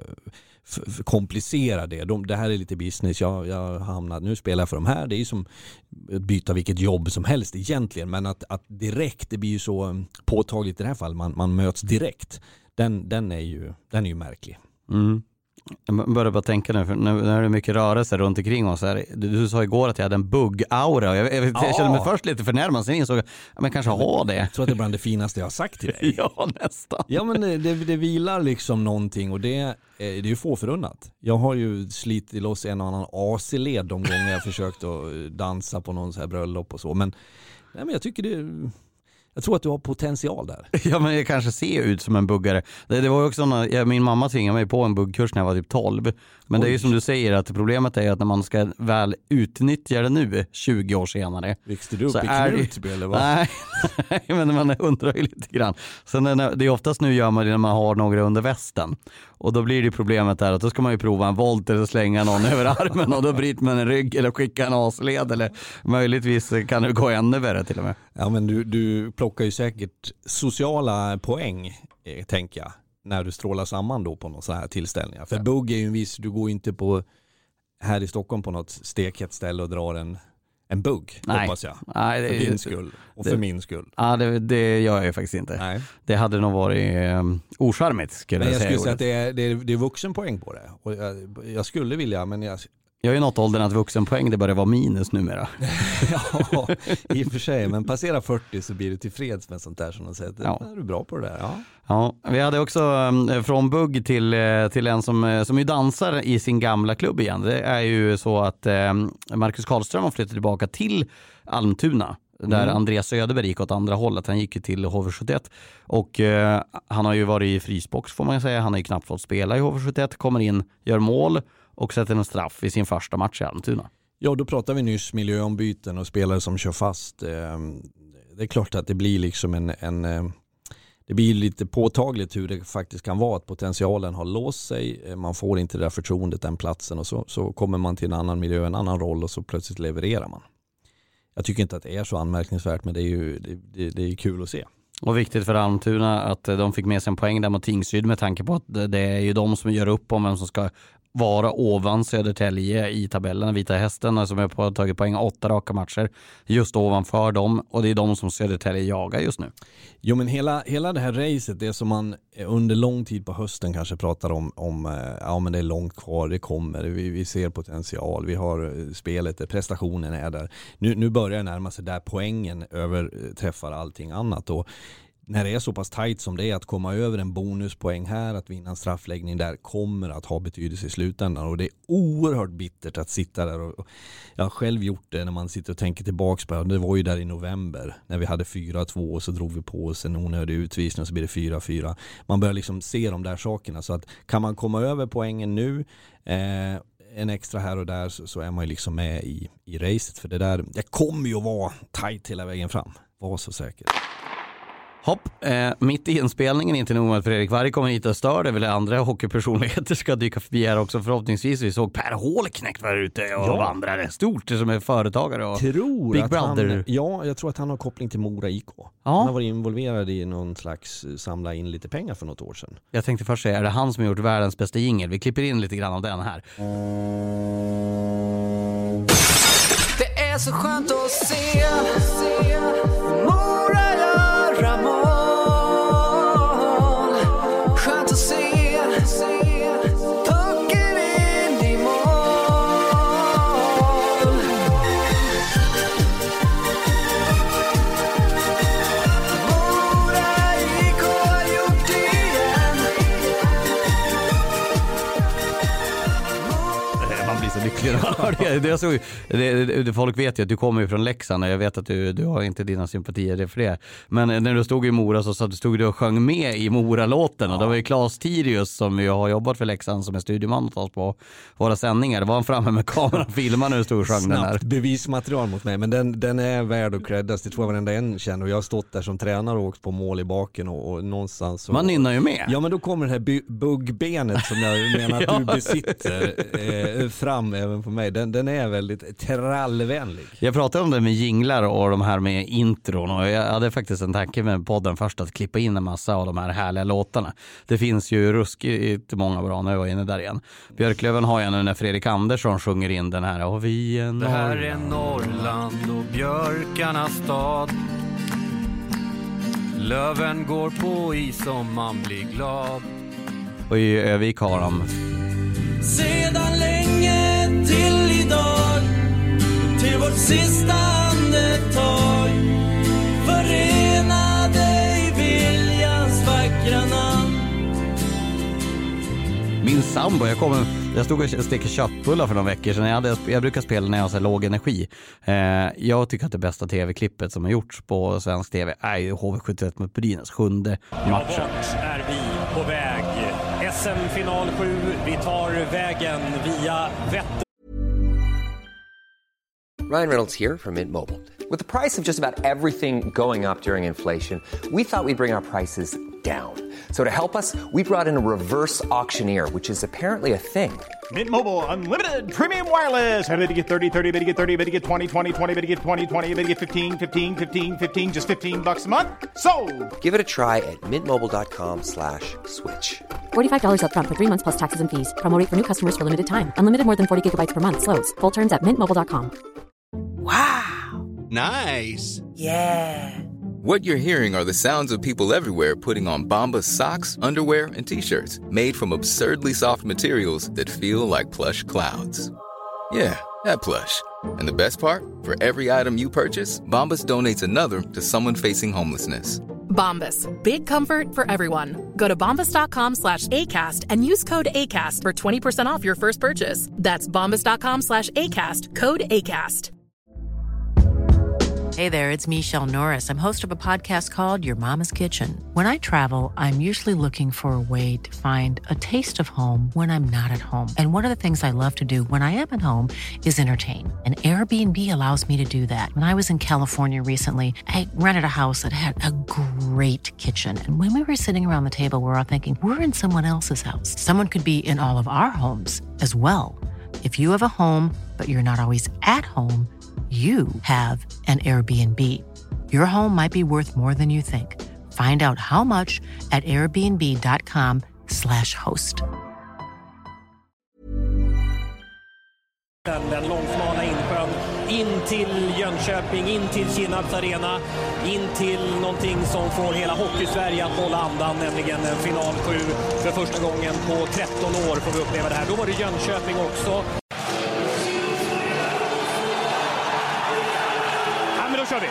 komplicera det. De, det här är lite business. Jag, jag hamnar, nu spelar jag för de här. Det är ju som att byta vilket jobb som helst egentligen. Men att, att direkt, det blir ju så påtagligt i det här fallet. Man, man möts direkt. Den, den, är ju, den är ju märklig. Mm. Jag börjar bara tänka nu, för nu är det mycket rörelse runt omkring oss här. Du, du sa igår att jag hade en bugg-aura. Jag, jag, jag kände mig först lite förnärmad, sen insåg jag att man kanske har det. Jag tror att det är bland det finaste jag har sagt till dig. Ja, nästan. Ja, men det, det, det vilar liksom någonting och det, det är ju få förunnat. Jag har ju slitit loss en och annan A C-led de gånger jag försökt att dansa på någon så här bröllop och så. Men, nej, men jag tycker det... Jag tror att du har potential där. Ja, men jag kanske ser ut som en buggare. Det, det var ju också när jag, min mamma tvingade mig på en buggkurs när jag var typ tolv. Men Oj. Det är ju som du säger att problemet är att när man ska väl utnyttja det nu tjugo år senare. Växte du upp i Knutby eller vad? Nej, men man undrar ju lite grann. Sen när, det är oftast nu gör man det när man har några under västen. Och då blir det problemet där att då ska man ju prova en volt eller slänga någon över armen och då bryter man en rygg eller skickar en asled eller möjligtvis kan det gå ännu värre till och med. Ja, men du, du plockar ju säkert sociala poäng, eh, tänker jag, när du strålar samman då på någon sån här tillställningar. För bugg är ju en viss, du går inte på här i Stockholm på något steket ställe och drar en en bugg, Nej. hoppas jag. Nej, det, för din skull och det, för min skull. Ja, det, det gör jag ju faktiskt inte. Nej. Det hade nog varit um, ocharmigt, skulle men jag, jag säga. Jag skulle säga att det är, det, är, det är vuxenpoäng på det. Och jag, jag skulle vilja, men jag... Jag är ju något åldern att vuxenpoäng det börjar vara minus numera. Ja, i och för sig. Men passera fyrtio så blir du tillfreds med sånt där som de säger. Ja. Är du bra på det där? Ja. Ja, vi hade också um, från bugg till, till en som, som ju dansar i sin gamla klubb igen. Det är ju så att um, Marcus Karlström har flyttat tillbaka till Almtuna. Där mm. Andreas Söderberg gick åt andra hållet. Han gick ju till H V sjuttioett. Och uh, han har ju varit i frysbox får man säga. Han har ju knappt fått spela i H V sjuttioett. Kommer in, gör mål och sätter en straff i sin första match i Almtuna. Ja, då pratar vi nyss miljöombyten och spelare som kör fast. Det är klart att det blir liksom en, en det blir lite påtagligt hur det faktiskt kan vara att potentialen har låst sig. Man får inte det där förtroendet, den platsen och så, så kommer man till en annan miljö, en annan roll och så plötsligt levererar man. Jag tycker inte att det är så anmärkningsvärt, men det är ju det, det, det är kul att se. Och viktigt för Almtuna att de fick med sig en poäng där mot Tingsryd med tanke på att det är ju de som gör upp om vem som ska vara ovan Södertälje i tabellen. Vita Hästen som är på tagit poäng åtta raka matcher just ovanför dem och det är de som Södertälje jagar just nu. Jo, men hela, hela det här racet, det som man under lång tid på hösten kanske pratar om, om ja men det är långt kvar, det kommer, vi, vi ser potential, vi har spelet, prestationen är där. Nu, nu börjar det närma sig där poängen överträffar allting annat och när det är så pass tajt som det är att komma över en bonuspoäng här, att vinna en straffläggning där kommer att ha betydelse i slutändan och det är oerhört bittert att sitta där och jag har själv gjort det när man sitter och tänker tillbaks på det var ju där i november när vi hade fyra två och så drog vi på oss en onödig utvisning och så blir det fyra fyra. Man börjar liksom se de där sakerna så att kan man komma över poängen nu eh, en extra här och där så, så är man ju liksom med i, i racet. För det där, jag kommer ju att vara tajt hela vägen fram. Var så säker. Hopp, eh, mitt i inspelningen, inte nog med att Fredrik Varg kommer hit och stör, det väl andra hockeypersonligheter ska dyka förbi här också förhoppningsvis. Vi såg Per Hålknekt var ute och ja. vandrade stort som är företagare och tror Big att Brother. Han, ja, jag tror att han har koppling till Mora I K. Ja. Han har varit involverad i någon slags samla in lite pengar för något år sedan. Jag tänkte först säga, är det han som har gjort världens bästa jingle? Vi klipper in lite grann av den här. Det är så skönt att se, se Mora göra mål. Skönt att se, se pucken in i mål. Mora I K har gjort det igen. Man blir så lycklig när man hör det. Det, så, det, det. Folk vet ju att du kommer ju från Leksand och jag vet att du, du har inte dina sympatier för det. Men när du stod i Mora så, så stod du och sjöng med i Mora-låten. Och det var ju Claes Tirius som ju har jobbat för Leksand som är studieman åt oss på våra sändningar. Det var han framme med kameran och filmade när du stod och sjöng den här. Snabbt bevismaterial mot mig, men den, den är värd att creddas. Det tror jag varenda en känner. Och jag har stått där som tränare och åkt på mål i baken och, och någonstans. Och, man nynnar ju med. Ja, men då kommer det här bu- buggbenet som jag menar att ja. du besitter eh, fram även på mig. Den, den är väldigt trallvänlig. Jag pratade om det med jinglar och de här med intron och jag hade faktiskt en tanke med podden först att klippa in en massa av de här härliga låtarna. Det finns ju ruskigt många bra, nu var jag inne där igen. Björklöven har jag nu när Fredrik Andersson sjunger in den här. Och vi är det här är Norrland och björkarnas stad. Löven går på is om man blir glad. Och i Övik har de sedan länge till idag, till vårt sista andetag, förenade i viljans vackra namn. Min sambo, jag kommer jag stod och stekte köttbullar för några veckor sedan. Jag, hade, jag brukar spela när jag har så låg energi. Eh, jag tycker att det bästa tv-klippet som har gjorts på svensk tv är H V sjuttioett mot Brynäs sjunde matchen. Ja, vart är vi på väg? S M-final sju, vi tar vägen via Vättern. Ryan Reynolds here from Mint Mobile. With the price of just about everything going up during inflation, we thought we'd bring our prices down. So to help us, we brought in a reverse auctioneer, which is apparently a thing. Mint Mobile Unlimited Premium Wireless. How to get thirty, thirty, how to get thirty, how to get twenty, twenty, twenty, how to get twenty, twenty, how to get fifteen, fifteen, fifteen, fifteen, just fifteen bucks a month? Sold! Give it a try at mintmobile.com slash switch. forty-five dollars up front for three months plus taxes and fees. Promo rate for new customers for limited time. Unlimited more than forty gigabytes per month. Slows full terms at mint mobile dot com. Wow. Nice. Yeah. What you're hearing are the sounds of people everywhere putting on Bombas socks, underwear, and T-shirts made from absurdly soft materials that feel like plush clouds. Yeah, that plush. And the best part? For every item you purchase, Bombas donates another to someone facing homelessness. Bombas. Big comfort for everyone. Go to bombas.com slash ACAST and use code ACAST for twenty percent off your first purchase. That's bombas.com slash ACAST. Code ACAST. Hey there, it's Michelle Norris. I'm host of a podcast called Your Mama's Kitchen. When I travel, I'm usually looking for a way to find a taste of home when I'm not at home. And one of the things I love to do when I am at home is entertain. And Airbnb allows me to do that. When I was in California recently, I rented a house that had a great kitchen. And when we were sitting around the table, we were all thinking, we're in someone else's house. Someone could be in all of our homes as well. If you have a home, but you're not always at home, you have an Airbnb. Your home might be worth more than you think. Find out how much at airbnb.com slash host. Den långsmala insjön in till Jönköping, in till Kinnarps arena, in till någonting som får hela Hockey-Sverige att hålla andan, nämligen en final sju. För första gången på tretton år får vi uppleva det här. Då var det Jönköping också. Då kör vi!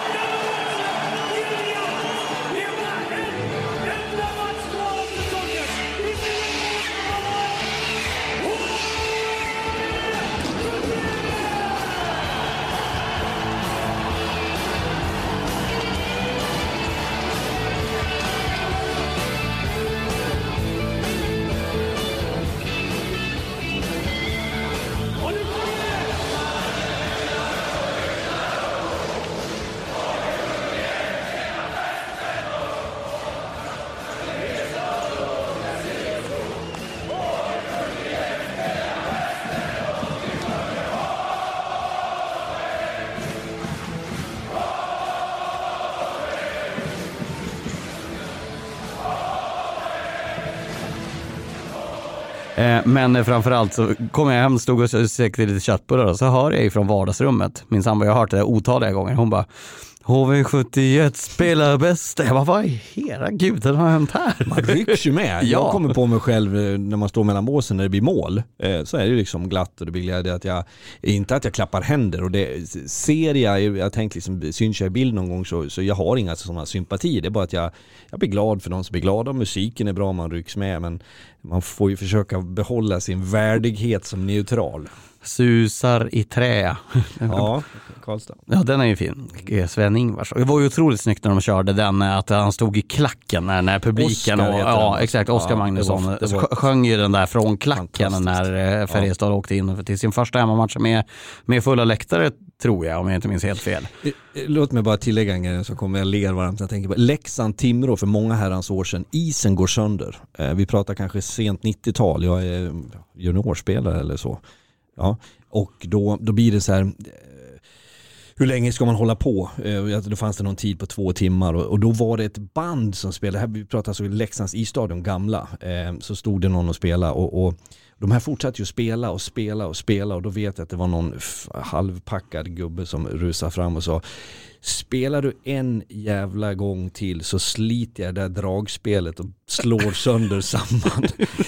Eh, men framförallt så kom jag hem, stod och säkert lite köttbullar och så hör jag från vardagsrummet. Min sambo, jag har hört det otaliga gånger. Hon bara, H V sjuttioett spelar bäst. Jag bara, vad i hela guden har hänt här? Man rycks ju med. Ja. Jag kommer på mig själv när man står mellan båsen när det blir mål. Eh, så är det ju liksom glatt och det blir glädje att jag, inte att jag klappar händer. Och det ser jag, jag tänkte liksom, syns jag i bild någon gång så, så jag har inga sådana sympatier. Det är bara att jag, jag blir glad för de som blir glada. Musiken är bra, man rycks med. Men man får ju försöka behålla sin värdighet som neutral. Susar i trä. Ja, Karlstad. Ja, den är ju fin. Sven Ingvars. Det var ju otroligt snyggt när de körde den, att han stod i klacken när, när publiken Oscar och, ja, exakt, Oskar ja, Magnusson det var, det var sjöng ju den där från klacken när Färjestad ja. åkte in till sin första hemmamatch med, med fulla läktare, tror jag, om jag inte minns helt fel. Låt mig bara tillägga en grej så kommer jag ler varmt. Jag tänker på Leksand Timrå för många herrans år sedan. Isen går sönder. Vi pratar kanske sent nittiotal. Jag är juniorspelare eller så. Ja, och då, då blir det så här, hur länge ska man hålla på? Då fanns det någon tid på två timmar och, och då var det ett band som spelade, här vi pratar alltså Leksands isstadion gamla, så stod det någon och spela och, och de här fortsatte ju spela och spela och spela och då vet jag att det var någon f- halvpackad gubbe som rusade fram och sa, spelar du en jävla gång till så sliter jag det där dragspelet och slår sönder samman.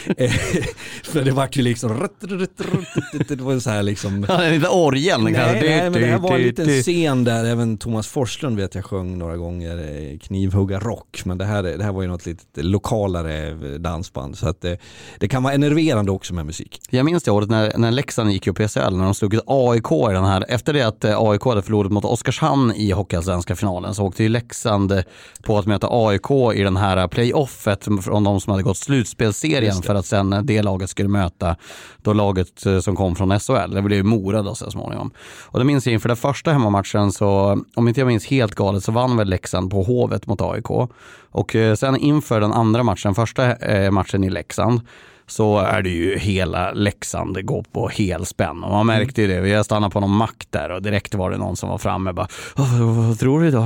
För det var ju liksom det var så här liksom ja, det är lite orgeln. Nej, nej, men det här var en liten scen där även Thomas Forslund vet jag sjöng några gånger Knivhugga rock, men det här, det här var ju något lite lokalare dansband så att det, det kan vara enerverande också med musik. Jag minns det året när, när Leksand gick upp i S L när de slog ett A I K i den här, efter det att A I K hade förlorat mot Oskarshamn i hockeyallsvenska finalen så åkte ju Leksand på att möta A I K i den här playoffet från de som hade gått slutspelserien för att sen det laget skulle möta då laget som kom från S H L. Det blev ju Mora då så småningom. Och det minns jag inför den första hemmamatchen så, om inte jag minns helt galet, så vann väl Leksand på Hovet mot A I K. Och sen inför den andra matchen, första matchen i Leksand, så är det ju hela Leksand går på helspänn. Och man märkte ju det. Vi har stannat på någon mack där och direkt var det någon som var framme och bara, vad tror du då?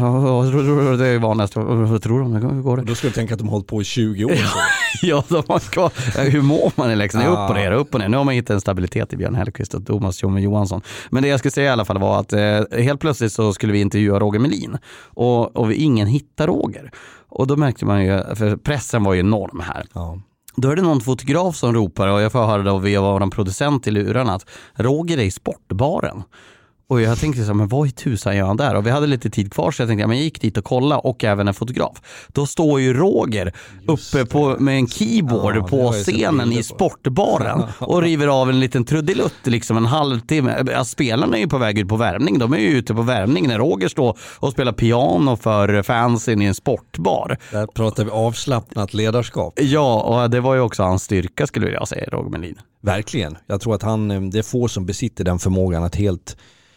Det är vanligast. Vad tror du? Hur går det? Då skulle jag tänka att de har hållit på i tjugo år. Ja, de har kvar. Hur mår man i Leksand? Upp och ner, upp och ner. Nu har man hittat en stabilitet i Björn Hellqvist och Thomas Tjomme Johansson. Men det jag skulle säga i alla fall var att eh, helt plötsligt så skulle vi intervjua Roger Melin. Och, och vi ingen hittar Roger. Och då märkte man ju, för pressen var ju enorm här. Ja. Då är det någon fotograf som ropar och jag får höra då via vår producent i luren att Roger är i sportbaren. Och jag tänkte så, men vad i tusan gör han där? Och vi hade lite tid kvar så jag tänkte, ja, men jag gick dit och kolla och även en fotograf. Då står ju Roger Just uppe på, med en keyboard ja, på scenen i sportbaren och river av en liten trudelutt liksom en halvtimme. Ja, spelarna är ju på väg ut på värmning. De är ju ute på värmning när Roger står och spelar piano för fansen i en sportbar. Där pratar vi avslappnat ledarskap. Ja, och det var ju också hans styrka skulle jag säga, Roger Melin. Verkligen. Jag tror att han, det är få som besitter den förmågan att helt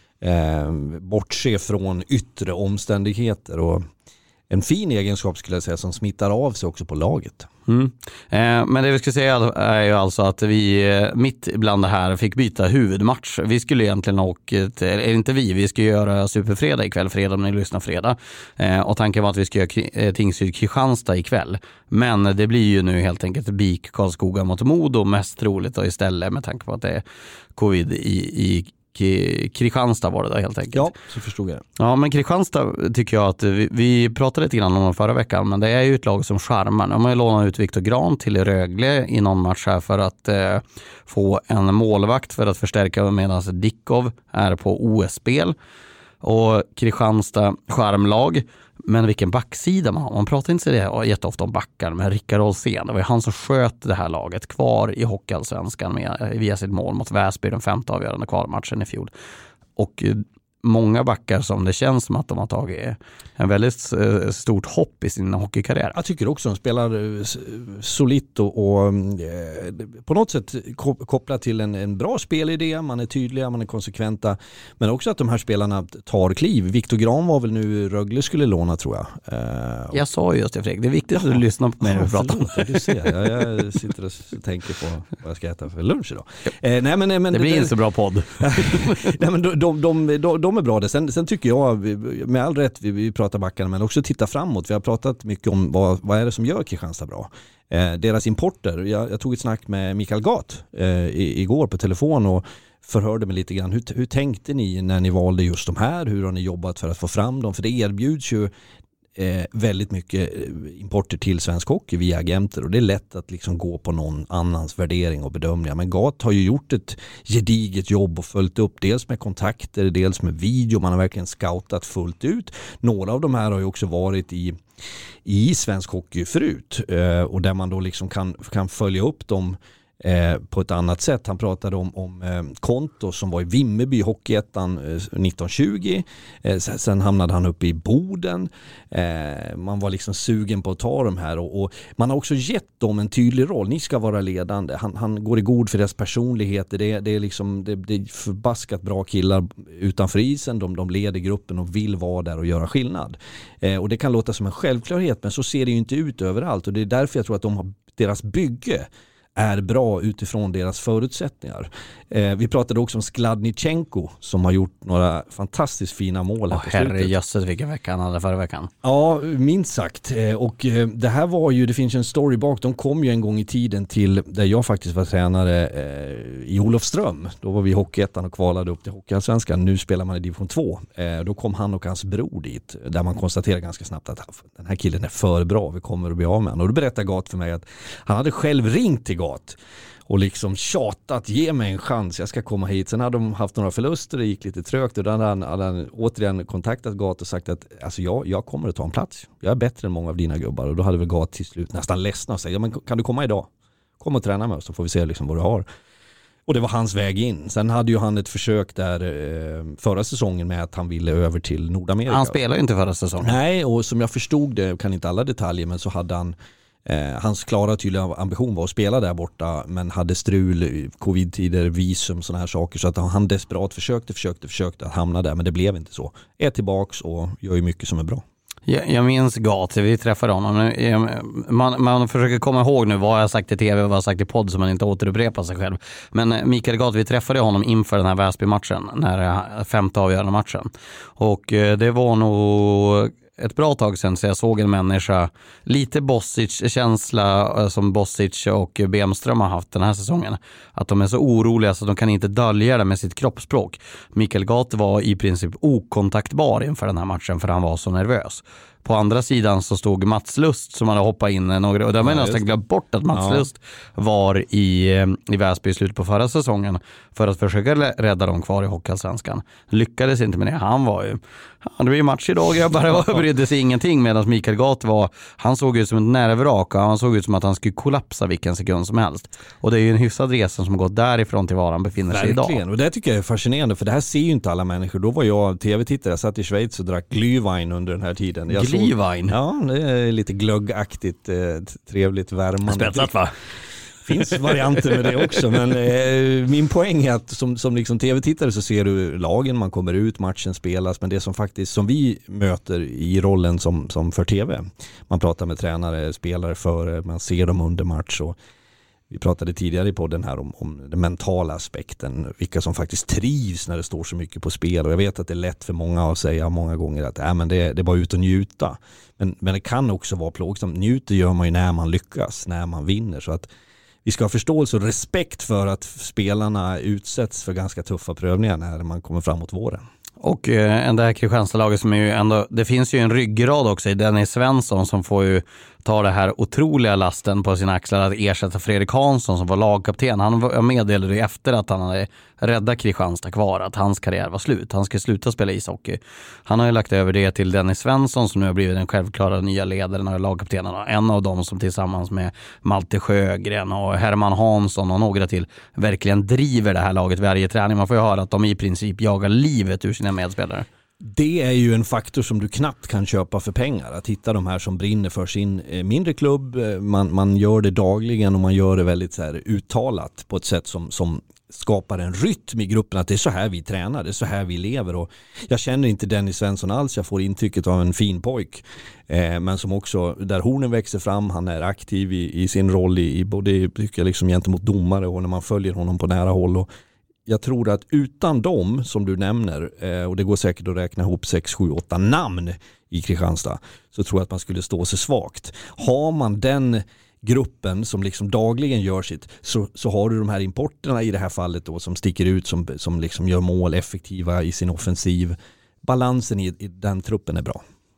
Eh, bortse från yttre omständigheter och en fin egenskap skulle jag säga som smittar av sig också på laget. Mm. Eh, men det vi ska säga är ju alltså att vi mitt ibland det här fick byta huvudmatch. Vi skulle egentligen åka, eller inte vi, vi ska göra Superfredag ikväll, fredag om ni lyssnar fredag. Eh, och tanken var att vi ska göra Tingsryd Kristianstad ikväll. Men det blir ju nu helt enkelt BIK Karlskoga mot Modo mest troligt och istället med tanke på att det är covid i, i Kristianstad var det där helt enkelt. Ja, så förstod jag det. Ja, men Kristianstad tycker jag att vi, vi pratade lite grann om dem förra veckan, men det är ju ett lag som charmar. De har ju lånat ut Viktor Gran till Rögle i någon match här för att eh, få en målvakt för att förstärka medan Dickov är på O S-spel. Och Kristianstad charmlag, men vilken backsida man har. Man pratar inte så det jätteofta om backar, men Rickard Olsén, det var ju han som sköt det här laget kvar i hockeyallsvenskan med, via sitt mål mot Väsby den femte avgörande kvalmatchen i fjol. Och många backar som det känns som att de har tagit en väldigt eh, stort hopp i sin hockeykarriär. Jag tycker också att de spelar solitt och, och eh, på något sätt kopplat till en, en bra spelidé. Man är tydliga, man är konsekventa. Men också att de här spelarna tar kliv. Viktor Gran var väl nu Rögle skulle låna tror jag. Eh, jag sa just det Fredrik, det är viktigt att du lyssnar på mig när vi pratar. Förlåt, du ser. Jag, jag sitter och tänker på vad jag ska äta för lunch idag. Eh, nej, men, men, det blir det, inte så bra podd. nej, men de, de, de, de, de de är bra där. Sen, sen tycker jag, med all rätt, vi, vi pratar backarna, men också titta framåt. Vi har pratat mycket om vad, vad är det som gör Kristianstad bra. Eh, deras importer. Jag, jag tog ett snack med Mikael Gat eh, i, igår på telefon och förhörde mig lite grann. Hur, hur tänkte ni när ni valde just de här? Hur har ni jobbat för att få fram dem? För det erbjuds ju eh, väldigt mycket importer till svensk hockey via agenter och det är lätt att liksom gå på någon annans värdering och bedömningar. Men Gat har ju gjort ett gediget jobb och följt upp dels med kontakter, dels med video. Man har verkligen scoutat fullt ut. Några av de här har ju också varit i i svensk hockey förut eh, och där man då liksom kan, kan följa upp dem eh, på ett annat sätt. Han pratade om, om eh, Konto som var i Vimmerby, Hockeyettan eh, nitton tjugo. Eh, sen, sen hamnade han upp i Boden. Eh, man var liksom sugen på att ta dem här och, och man har också gett dem en tydlig roll. Ni ska vara ledande. Han, han går i god för deras personligheter. Det, det, är liksom, det, det är förbaskat bra killar utanför isen. De, de leder gruppen och vill vara där och göra skillnad. Eh, och det kan låta som en självklarhet, men så ser det ju inte ut överallt. Och det är därför jag tror att de har, deras bygge är bra utifrån deras förutsättningar. Eh, vi pratade också om Skladnichenko som har gjort några fantastiskt fina mål här oh, på slutet. Herrejösses vilken vecka han hade förra veckan. Ja, minst sagt. Eh, och eh, det här var ju, det finns en story bak. De kom ju en gång i tiden till där jag faktiskt var tränare eh, i Olofström. Då var vi i Hockeyettan och kvalade upp till Hockeyallsvenskan. Nu spelar man i division två. Eh, då kom han och hans bror dit där man konstaterar ganska snabbt att den här killen är för bra. Vi kommer att bli av med honom. Och då berättar Gat för mig att han hade själv ringt till Gat och liksom tjatat, ge mig en chans, jag ska komma hit. Sen hade de haft några förluster, det gick lite trögt och då hade han, hade han återigen kontaktat Gat och sagt att alltså jag, jag kommer att ta en plats. Jag är bättre än många av dina gubbar. Och då hade väl Gat till slut nästan ledsna och sagt, ja, men kan du komma idag? Kom och träna med oss så får vi se liksom vad du har. Och det var hans väg in. Sen hade ju han ett försök där eh, förra säsongen med att han ville över till Nordamerika. Han spelade ju inte förra säsongen. Nej, och som jag förstod det, kan inte alla detaljer, men så hade han Eh, hans klara tydliga ambition var att spela där borta men hade strul, covid-tider, visum, såna här saker så att han desperat försökte, försökte, försökte att hamna där men det blev inte så. Är tillbaks och gör ju mycket som är bra. Jag, jag minns Gat, vi träffade honom. Man, man försöker komma ihåg nu vad jag sagt i tv och vad jag sagt i podd så man inte återupprepar sig själv. Men Mikael Gat, vi träffade honom inför den här Väsby-matchen, den här femte avgörande matchen. Och det var nog ett bra tag sedan så jag såg en människa, lite Bosic-känsla som Bosic och Bemström har haft den här säsongen. Att de är så oroliga så de kan inte dölja det med sitt kroppsspråk. Mikael Gat var i princip okontaktbar inför den här matchen för han var så nervös. På andra sidan så stod Mats Lust som hade hoppat in några, och där man ja, nästan glömt bort att Mats ja. Lust var i, i Väsby i slutet på förra säsongen för att försöka rädda dem kvar i Hockeyallsvenskan. Lyckades inte med det. Han var ju, det blir match idag, jag bara brydde sig ingenting medan Mikael Gat var, han såg ut som ett nervrak och han såg ut som att han skulle kollapsa vilken sekund som helst. Och det är ju en hyfsad resa som har gått därifrån till var han befinner sig Verkligen. idag. Och det tycker jag är fascinerande för det här ser ju inte alla människor. Då var jag tv-tittare, jag satt i Schweiz och drack glühwein under den här tiden. Jag Glühwein? Ja, det är lite glöggaktigt, eh, trevligt, värmande. Spetsat va? Finns varianter med det också, men eh, min poäng är att som, som liksom tv-tittare så ser du lagen, man kommer ut, matchen spelas, men det som faktiskt som vi möter i rollen som, som för tv, man pratar med tränare, spelare före, man ser dem under match och vi pratade tidigare i podden här om, om den mentala aspekten, vilka som faktiskt trivs när det står så mycket på spel och jag vet att det är lätt för många att säga många gånger att äh, men det, det är bara ut och njuta, men, men det kan också vara plågsamt. Njuter gör man ju när man lyckas, när man vinner, så att vi ska ha förståelse och respekt för att spelarna utsätts för ganska tuffa prövningar när man kommer framåt våren. Och eh, det här Kristianstad-laget som är ju ändå, det finns ju en ryggrad också i Dennis Svensson som får ju ta det här otroliga lasten på sina axlar att ersätta Fredrik Hansson som var lagkapten. Han meddelade ju efter att han hade räddat Kristianstad kvar att hans karriär var slut. Han ska sluta spela ishockey. Han har ju lagt över det till Dennis Svensson som nu har blivit den självklara nya ledaren och lagkaptenen. En av dem som tillsammans med Malte Sjögren och Herman Hansson och några till verkligen driver det här laget varje träning. Man får ju höra att de i princip jagar livet ur sina medspelare. Det är ju en faktor som du knappt kan köpa för pengar. Att hitta de här som brinner för sin mindre klubb. Man, man gör det dagligen och man gör det väldigt så här uttalat på ett sätt som, som skapar en rytm i gruppen. Att det är så här vi tränar, det är så här vi lever. Och jag känner inte Dennis Svensson alls. Jag får intrycket av en fin pojk. Eh, men som också, där hornen växer fram, han är aktiv i, i sin roll i, i både tycker jag, liksom, gentemot domare och när man följer honom på nära håll. Och jag tror att utan dem som du nämner, eh, och det går säkert att räkna ihop sex, sju, åtta namn i Kristianstad, så tror jag att man skulle stå sig svagt. Har man den gruppen som liksom dagligen gör sitt, så, så har du de här importerna i det här fallet då, som sticker ut, som, som liksom gör mål effektiva i sin offensiv. Balansen i, i den truppen är bra.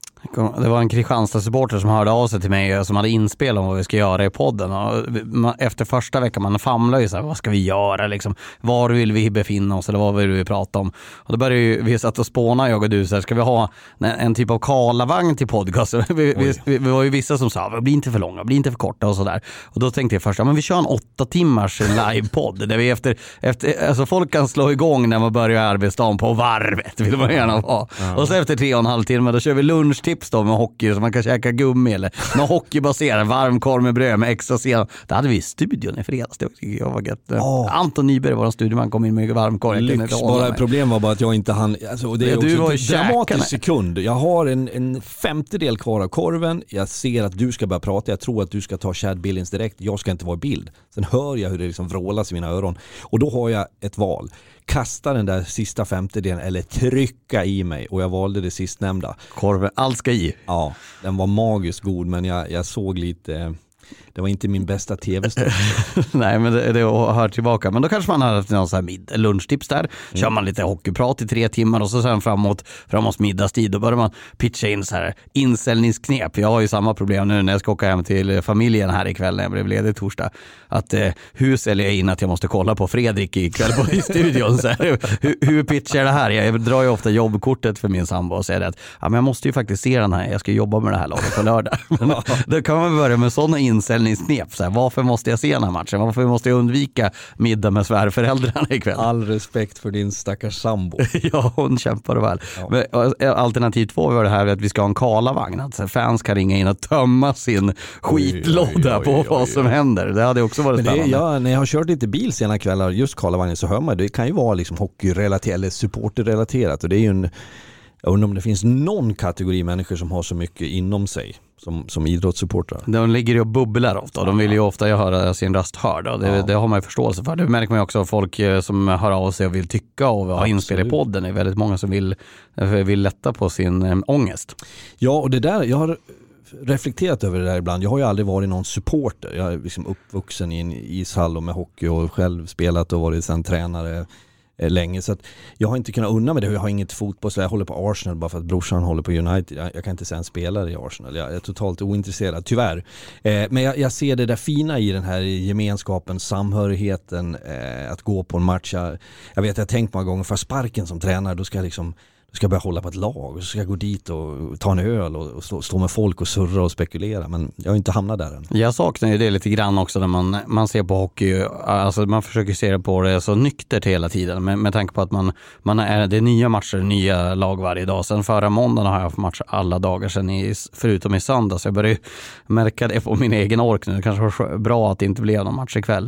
Det var en Kristianstad-supporter som hörde av sig till mig som hade inspel om vad vi ska göra i podden. Och efter första veckan man famlar ju så här, vad ska vi göra liksom? Var vill vi befinna oss eller vad vill vi prata om? Och då började ju, vi satt och spåna, jag och du, så här, ska vi ha en, en typ av Karlavagn till podcast? Vi, vi, vi, vi var ju vissa som sa, bli inte för långa, bli inte för korta och sådär. Och då tänkte jag först, ja, men vi kör en åtta timmars livepodd där vi efter, efter, alltså folk kan slå igång när man börjar arbetsdagen på varvet, vill man gärna ha. Ja. Och så efter tre och en halv timme, då kör vi lunchtips då med hockey, så man kan käka gummi eller någon hockeybaserad varmkorv med bröd med extra sen. Det hade vi i studion i fredags. Det tycker jag var gött. Oh. Anton Nyberg var en studieman, kom in med varmkorv. Lyx, bara problem var bara att jag inte hann, alltså, det är ja, också en dramatisk sekund. Jag har en, en femtedel kvar av korven. Jag ser att du ska börja prata. Jag tror att du ska ta Chad Billings direkt. Jag ska inte vara i bild. Sen hör jag hur det liksom vrålas i mina öron. Och då har jag ett val. Kasta den där sista femtedelen eller trycka i mig, och jag valde det sistnämnda. Korven, allt ska i. Ja, den var magiskt god, men jag, jag såg lite... Det var inte min bästa tv-stund. Nej, men det, det hör tillbaka. Men då kanske man har haft någon så här mid- lunchtips där. Mm. Kör man lite hockeyprat i tre timmar och så sen framåt, framåt middagstid, då börjar man pitcha in så här inställningsknep. Jag har ju samma problem nu när jag ska åka hem till familjen här ikväll när jag blev ledig torsdag. Att eh, hur säljer jag in att jag måste kolla på Fredrik ikväll på i studion? Så här, hur, hur pitchar jag det här? Jag drar ju ofta jobbkortet för min sambo och säger att ja, men jag måste ju faktiskt se den här. Jag ska jobba med det här laget på lördag. Men då kan man börja med sådana inställningar. Snep, så här, varför måste jag se den här matchen? Varför måste jag undvika middag med svärföräldrarna ikväll? All respekt för din stackars sambo. Ja, hon kämpar väl. Ja. Men, alternativ två var det här att vi ska ha en Karlavagn. Att fans kan ringa in och tömma sin skitlåda på vad som händer. Det hade också varit Men det, spännande. Ja, när jag har kört lite bil sena kvällar, just Karlavagnen, så hör man, det kan ju vara liksom hockeyrelaterat eller supporterrelaterat. Och det är ju en, jag undrar om det finns någon kategori människor som har så mycket inom sig som, som idrottssupportrar. De ligger ju och bubblar ofta och de vill ju ofta höra sin röst hörd. Och det, ja. det har man ju förståelse för. Det märker man ju också av folk som hör av sig och vill tycka och ha inspel i podden. Det är väldigt många som vill, vill lätta på sin äm, ångest. Ja, och det där, jag har reflekterat över det där ibland. Jag har ju aldrig varit någon supporter. Jag är liksom uppvuxen i en ishall och med hockey och själv spelat och varit sen tränare länge, så att jag har inte kunnat unna med det. Jag har inget fotboll, så jag håller på Arsenal bara för att brorsan håller på United. Jag, jag kan inte säga en spelare i Arsenal. Jag är totalt ointresserad, tyvärr. Eh, men jag, jag ser det där fina i den här gemenskapen, samhörigheten, eh, att gå på en match. Jag, jag vet, jag har tänkt många gånger, för sparken som tränare, då ska jag liksom ska börja hålla på ett lag och så ska jag gå dit och ta en öl och stå, stå med folk och surra och spekulera, men jag har inte hamnat där än. Jag saknar ju det lite grann också när man, man ser på hockey, alltså man försöker se det på det så nyktert hela tiden med, med tanke på att man, man är, det är nya matcher, nya lag varje dag. Sen förra måndagen har jag haft matcher alla dagar sen i, förutom i söndag, så jag börjar märka det på min egen ork nu. Det kanske var bra att det inte blev någon match ikväll.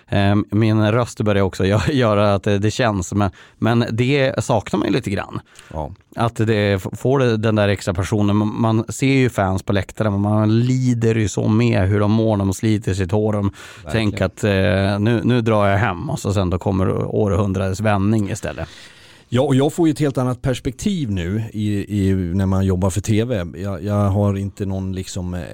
Min röst börjar också göra att det känns, men, men det saknar man ju lite grann. Ja. Att det får den där extra personen. Man ser ju fans på läktaren, men man lider ju så med hur de mår, de sliter sitt hår. De tänker att nu, nu drar jag hem, och så sen då kommer århundradets vändning istället. Ja, och jag får ju ett helt annat perspektiv nu i, i, när man jobbar för tv. Jag, jag har inte någon liksom... Eh,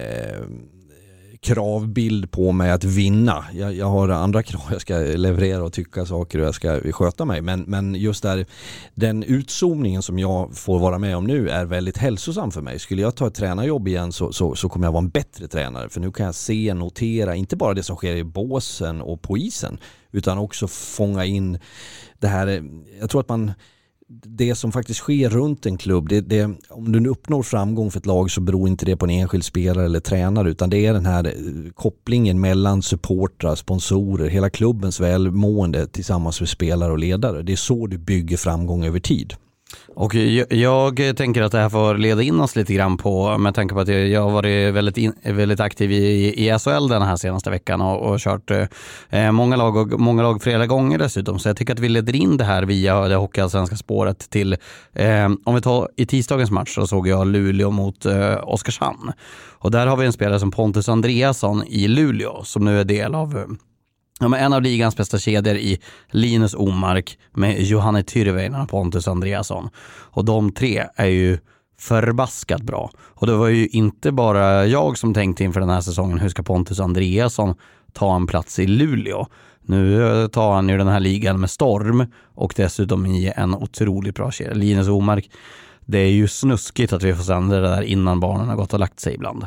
kravbild på mig att vinna. Jag, jag har andra krav, jag ska leverera och tycka saker och jag ska sköta mig. Men, men just där, den utzoomningen som jag får vara med om nu är väldigt hälsosam för mig. Skulle jag ta ett tränarjobb igen så, så, så kommer jag vara en bättre tränare. För nu kan jag se, notera, inte bara det som sker i båsen och på isen, utan också fånga in det här. Jag tror att man det som faktiskt sker runt en klubb, det, det, om du uppnår framgång för ett lag så beror inte det på en enskild spelare eller tränare, utan det är den här kopplingen mellan supportrar, sponsorer, hela klubbens välmående tillsammans med spelare och ledare. Det är så du bygger framgång över tid. Och jag, jag tänker att det här får leda in oss lite grann på, med tanke på att jag har varit väldigt, in, väldigt aktiv i, i S H L den här senaste veckan och, och kört eh, många lag och många lag flera gånger dessutom. Så jag tycker att vi leder in det här via det hockeyallsvenska spåret till, eh, om vi tar i tisdagens match så såg jag Luleå mot eh, Oskarshamn. Och där har vi en spelare som Pontus Andreasson i Luleå som nu är del av Ja, men en av ligans bästa kedjor i Linus Omark med Johanne Tyrväinen och Pontus Andreasson. Och de tre är ju förbaskat bra. Och det var ju inte bara jag som tänkte inför den här säsongen, hur ska Pontus Andreasson ta en plats i Luleå? Nu tar han ju den här ligan med storm och dessutom i en otroligt bra kedja. Linus Omark, det är ju snuskigt att vi får sända det där innan barnen har gått och lagt sig ibland.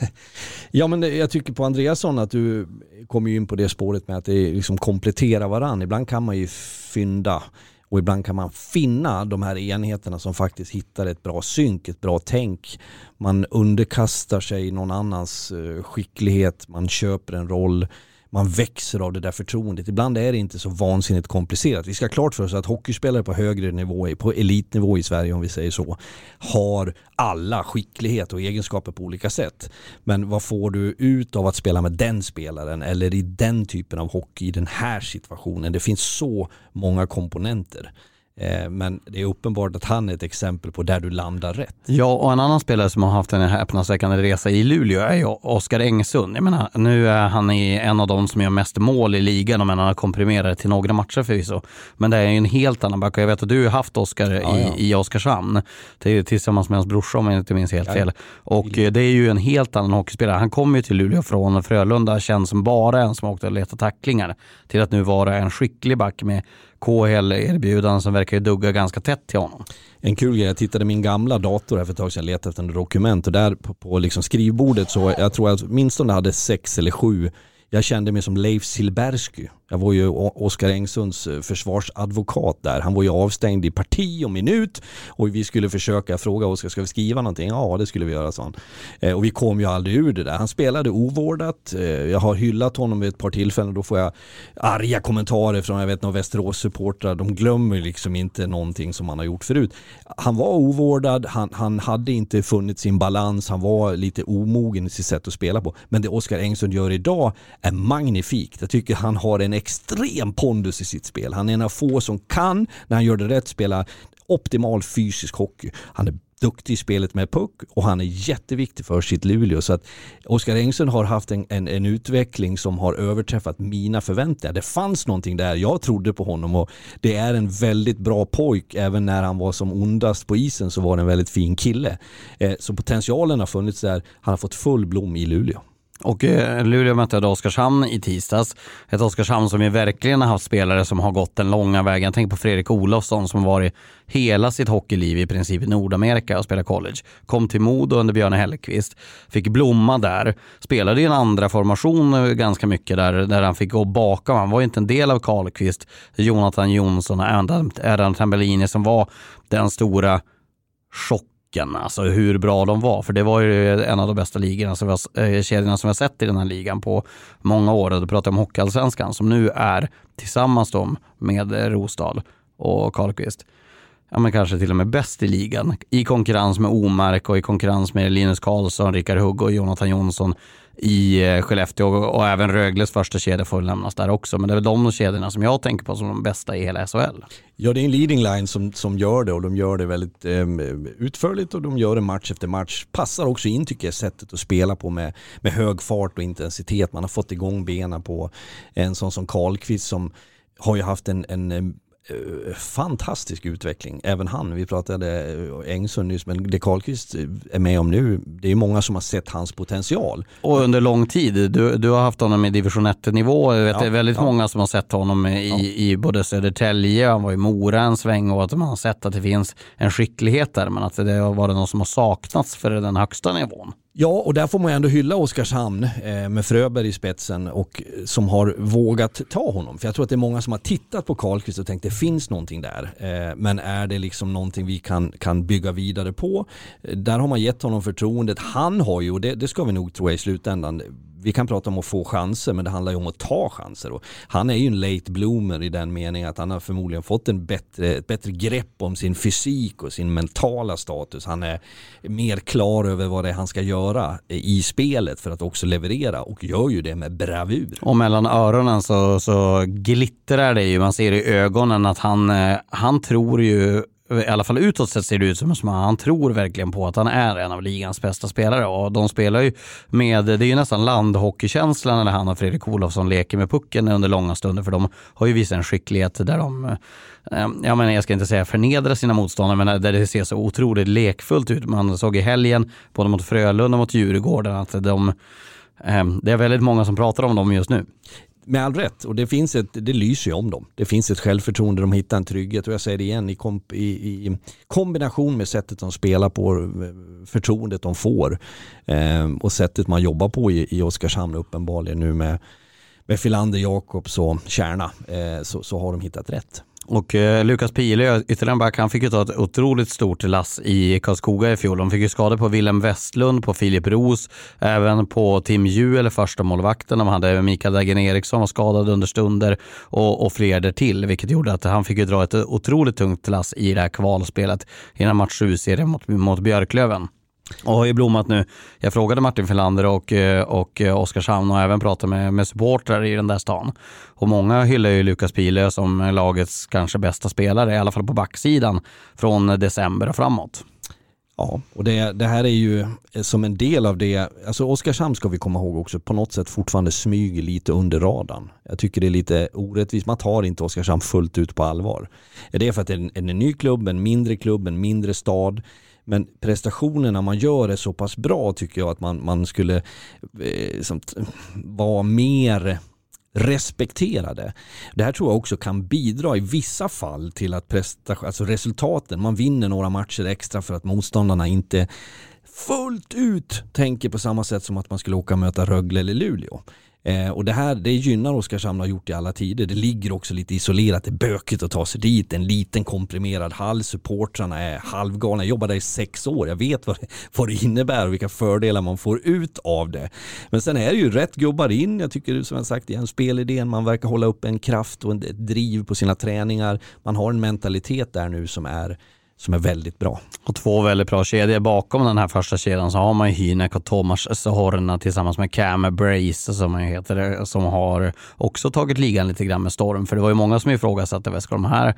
Ja, men jag tycker på Andreasson att du kommer ju in på det spåret med att det liksom kompletterar varann. Ibland kan man ju fynda och ibland kan man finna de här enheterna som faktiskt hittar ett bra synk, ett bra tänk. Man underkastar sig någon annans skicklighet, man köper en roll. Man växer av det där förtroendet. Ibland är det inte så vansinnigt komplicerat. Vi ska ha klart för oss att hockeyspelare på högre nivå, på elitnivå i Sverige om vi säger så, har alla skicklighet och egenskaper på olika sätt. Men vad får du ut av att spela med den spelaren eller i den typen av hockey i den här situationen? Det finns så många komponenter. Men det är uppenbart att han är ett exempel på där du landar rätt. Ja, och en annan spelare som har haft en häpnadsväckande resa i Luleå är ju Oskar Engsund. Jag menar, nu är han i en av de som gör mest mål i ligan, och han har komprimerat till några matcher förvisso. Men det är ju en helt annan back. Jag vet att du har haft Oskar ja, ja. i, i Oskarshamn. Det är tillsammans med hans brorsa om jag inte minns helt ja. fel. Och det är ju en helt annan hockeyspelare. Han kom ju till Luleå från Frölunda, känns som bara en som åkte och letade tacklingar, till att nu vara en skicklig back med K H L-erbjudanden som verkar ju dugga ganska tätt till honom. En kul grej, jag tittade min gamla dator här för ett tag sedan, letade efter en dokument, och där på, på liksom skrivbordet så jag tror att minst om det hade sex eller sju. Jag kände mig som Leif Silbersky. Jag var ju Oskar Engsunds försvarsadvokat där. Han var ju avstängd i parti och minut, och vi skulle försöka fråga Oskar, ska vi skriva någonting? Ja, det skulle vi göra, sån. Eh, och vi kom ju aldrig ur det där. Han spelade ovårdat. Eh, jag har hyllat honom vid ett par tillfällen, och då får jag arga kommentarer från, jag vet, några Västerås-supportrar. De glömmer liksom inte någonting som han har gjort förut. Han var ovårdad, han, han hade inte funnit sin balans, han var lite omogen i sitt sätt att spela på. Men det Oskar Engsund gör idag är magnifikt. Jag tycker han har en extrem pondus i sitt spel. Han är en av få som kan, när han gör det rätt, spela optimal fysisk hockey. Han är duktig i spelet med puck, och han är jätteviktig för sitt Luleå. Så att Oskar Engsund har haft en, en, en utveckling som har överträffat mina förväntningar. Det fanns någonting där. Jag trodde på honom, och det är en väldigt bra pojk. Även när han var som ondast på isen så var det en väldigt fin kille. Eh, så potentialen har funnits där. Han har fått full blom i Luleå. Och eh, Luleå mötte Oskarshamn i tisdags. Ett Oskarshamn som ju verkligen har haft spelare som har gått den långa vägen. Jag tänker på Fredrik Olofsson som varit hela sitt hockeyliv i princip i Nordamerika och spelade college. Kom till Modo under Björn Hellqvist. Fick blomma där. Spelade i en andra formation ganska mycket där, där han fick gå bakom. Han var ju inte en del av Karlqvist, Jonathan Jonsson och Adam Tambellini som var den stora chock. Alltså hur bra de var, för det var ju en av de bästa ligorna som vi, kedjorna som vi har sett i den här ligan på många år. Och då pratar jag om Hockeyallsvenskan som nu är tillsammans då med Rosdahl och Karlqvist, ja men kanske till och med bäst i ligan, i konkurrens med Omark och i konkurrens med Linus Karlsson, Rickard Hugg och Jonathan Jonsson i Skellefteå, och, och även Rögles första kedja får lämnas där också. Men det är väl de kedjorna som jag tänker på som de bästa i hela S H L. Ja, det är en leading line som, som gör det, och de gör det väldigt eh, utförligt, och de gör det match efter match. Passar också in, tycker jag, sättet att spela på med, med hög fart och intensitet. Man har fått igång benen på en sån som Karlqvist som har ju haft en, en fantastisk utveckling. Även han, vi pratade Engsund nyss, men det Karlqvist är med om nu, det är många som har sett hans potential. Och under lång tid, du, du har haft honom i division ett-nivå, jag vet, ja, det är väldigt ja. många som har sett honom i, ja. i både Södertälje, han var i Mora en sväng, och att man har sett att det finns en skicklighet där, men att det har varit något som har saknats för den högsta nivån. Ja, och där får man ändå hylla Oskarshamn eh, med Fröberg i spetsen, och som har vågat ta honom. För jag tror att det är många som har tittat på Karlqvist och tänkt det finns någonting där. Eh, men är det liksom någonting vi kan, kan bygga vidare på? Eh, där har man gett honom förtroendet. Han har ju, och det, det ska vi nog tro i slutändan, vi kan prata om att få chanser, men det handlar ju om att ta chanser. Och han är ju en late bloomer i den meningen att han har förmodligen fått en bättre, ett bättre grepp om sin fysik och sin mentala status. Han är mer klar över vad det är han ska göra i spelet för att också leverera, och gör ju det med bravur. Och mellan öronen så, så glittrar det ju. Man ser i ögonen att han, han tror ju i alla fall utåt sett ser det ut som att han tror verkligen på att han är en av ligans bästa spelare, och de spelar ju med, det är ju nästan landhockeykänslan när han och Fredrik Olofsson leker med pucken under långa stunder, för de har ju visat en skicklighet där de, jag menar, jag ska inte säga förnedra sina motståndare, men där det ser så otroligt lekfullt ut. Man såg i helgen både mot Frölunda och mot Djurgården att de, det är väldigt många som pratar om dem just nu. Med all rätt, och det finns ett, det lyser ju om dem. Det finns ett självförtroende, de hittar en trygghet, och jag säger det igen, i, komp, i, i kombination med sättet de spelar på, förtroendet de får eh, och sättet man jobbar på i, i Oskarshamn uppenbarligen nu med, med Filander, Jakobs och Kärna, eh, så, så har de hittat rätt. Och eh, Lukas Pilö, ytterligare back, han fick ju ta ett otroligt stort lass i Karlskoga i fjol. De fick ju skador på Willem Westlund, på Filip Roos, även på Tim Juel, första målvakten. De hade Mikael Dagen Eriksson var skadad under stunder och, och fler där till, vilket gjorde att han fick ju dra ett otroligt tungt lass i det här kvalspelet i den här match sju-serien mot, mot Björklöven. Och har ju blommat nu. Jag frågade Martin Filander och, och Oskarshamn och även pratade med, med supportrar i den där stan. Och många hyllar ju Lukas Pilö som lagets kanske bästa spelare, i alla fall på backsidan, från december och framåt. Ja, och det, det här är ju som en del av det. Alltså Oskarshamn ska vi komma ihåg också på något sätt fortfarande smyger lite under radarn. Jag tycker det är lite orättvist. Man tar inte Oskarshamn fullt ut på allvar. Det är för att det är en, en ny klubb, en mindre klubb, en mindre stad. Men prestationerna man gör är så pass bra, tycker jag, att man, man skulle eh, som, vara mer respekterade. Det här tror jag också kan bidra i vissa fall till att prestation, alltså resultaten, man vinner några matcher extra för att motståndarna inte fullt ut tänker på samma sätt som att man skulle åka och möta Rögle eller Luleå. Eh, och det här, det gynnar Oskarshamn har gjort i alla tider. Det ligger också lite isolerat, det är bökigt att ta sig dit, en liten komprimerad hall, supportrarna är halvgalna. Jag jobbade där i sex år, jag vet vad det, vad det innebär och vilka fördelar man får ut av det. Men sen är det ju rätt gubbar in, jag tycker som jag sagt igen, spelidén, man verkar hålla upp en kraft och en driv på sina träningar. Man har en mentalitet där nu som är som är väldigt bra. Och två väldigt bra kedjor bakom den här första kedjan, så har man ju Hynek och Tomas Sahorna tillsammans med Cam Brace som man heter, som har också tagit ligan lite grann med storm. För det var ju många som ifrågasatte vad ska de här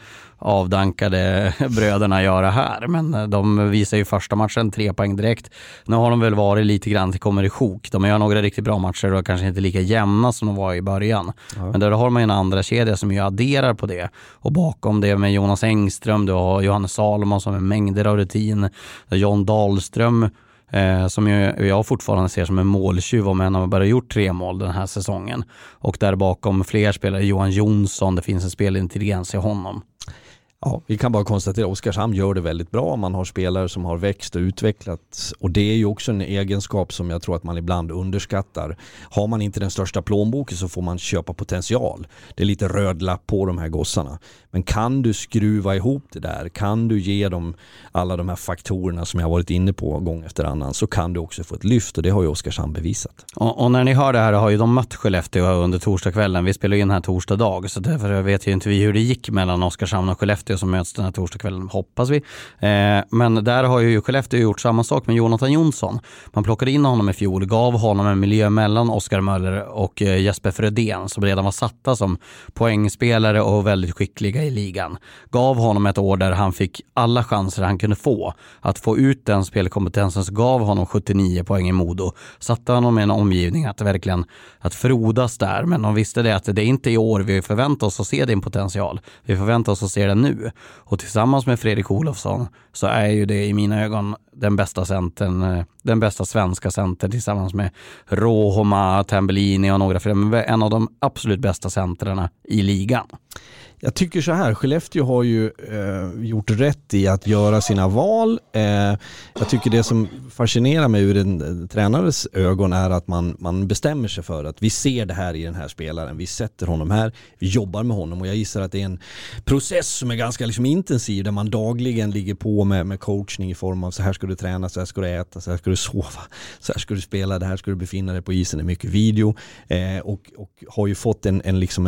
avdankade bröderna göra här. Men de visar ju första matchen tre poäng direkt. Nu har de väl varit lite grann till kommer i sjok. De gör några riktigt bra matcher och kanske inte lika jämna som de var i början. Ja. Men där har man ju en andra kedja som ju adderar på det. Och bakom det med Jonas Engström, du har Johannes Salomon som är mängder av rutin, John Dahlström eh, som jag, jag fortfarande ser som en måltjuv, om än har bara gjort tre mål den här säsongen. Och där bakom fler spelare, Johan Jonsson, det finns en spelintelligens i honom. Ja, vi kan bara konstatera att Oskarshamn gör det väldigt bra. Man har spelare som har växt och utvecklats. Och det är ju också en egenskap som jag tror att man ibland underskattar. Har man inte den största plånboken så får man köpa potential. Det är lite röd lapp på de här gossarna. Men kan du skruva ihop det där, kan du ge dem alla de här faktorerna som jag har varit inne på gång efter annan, så kan du också få ett lyft, och det har ju Oskarshamn bevisat. Och, och när ni hör det här har ju de mött Skellefteå under torsdagskvällen. Vi spelar ju in här torsdag dag, så därför vet ju inte vi hur det gick mellan Oskarshamn och Skellefteå som möts den här torsdagskvällen, hoppas vi. Eh, men där har ju Skellefteå gjort samma sak med Jonathan Jonsson. Man plockade in honom i fjol, gav honom en miljö mellan Oskar Möller och eh, Jesper Frödén som redan var satta som poängspelare och väldigt skickliga i ligan. Gav honom ett år där han fick alla chanser han kunde få att få ut den spelkompetensen, så gav honom sjuttionio poäng i Modo. Satte honom i en omgivning att verkligen att frodas där, men de visste det att det är inte i år vi förväntar oss att se din potential. Vi förväntar oss att se den nu. Och tillsammans med Fredrik Olofsson så är ju det i mina ögon den bästa centern, den bästa svenska centern tillsammans med Rohoma, Tambellini och några fler, en av de absolut bästa centrarna i ligan. Jag tycker så här, Skellefteå har ju eh, gjort rätt i att göra sina val. Eh, jag tycker det som fascinerar mig ur en, en tränares ögon är att man, man bestämmer sig för att vi ser det här i den här spelaren. Vi sätter honom här, vi jobbar med honom, och jag gissar att det är en process som är ganska liksom intensiv, där man dagligen ligger på med, med coachning i form av så här ska du träna, så här ska du äta, så här ska du sova, så här ska du spela, det här ska du befinna dig på isen, det är mycket video eh, och, och har ju fått en, en, liksom en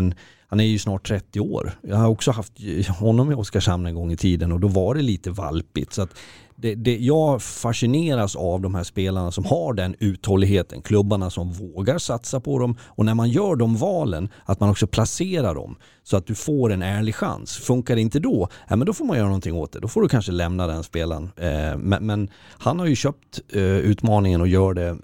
Han är ju snart trettio år. Jag har också haft honom i Oskarshamn en gång i tiden och då var det lite valpigt. Så att det, det, jag fascineras av de här spelarna som har den uthålligheten. Klubbarna som vågar satsa på dem. Och när man gör de valen, att man också placerar dem så att du får en ärlig chans. Funkar det inte då, ja, men då får man göra någonting åt det. Då får du kanske lämna den spelaren. Eh, men, men han har ju köpt eh, utmaningen och gör det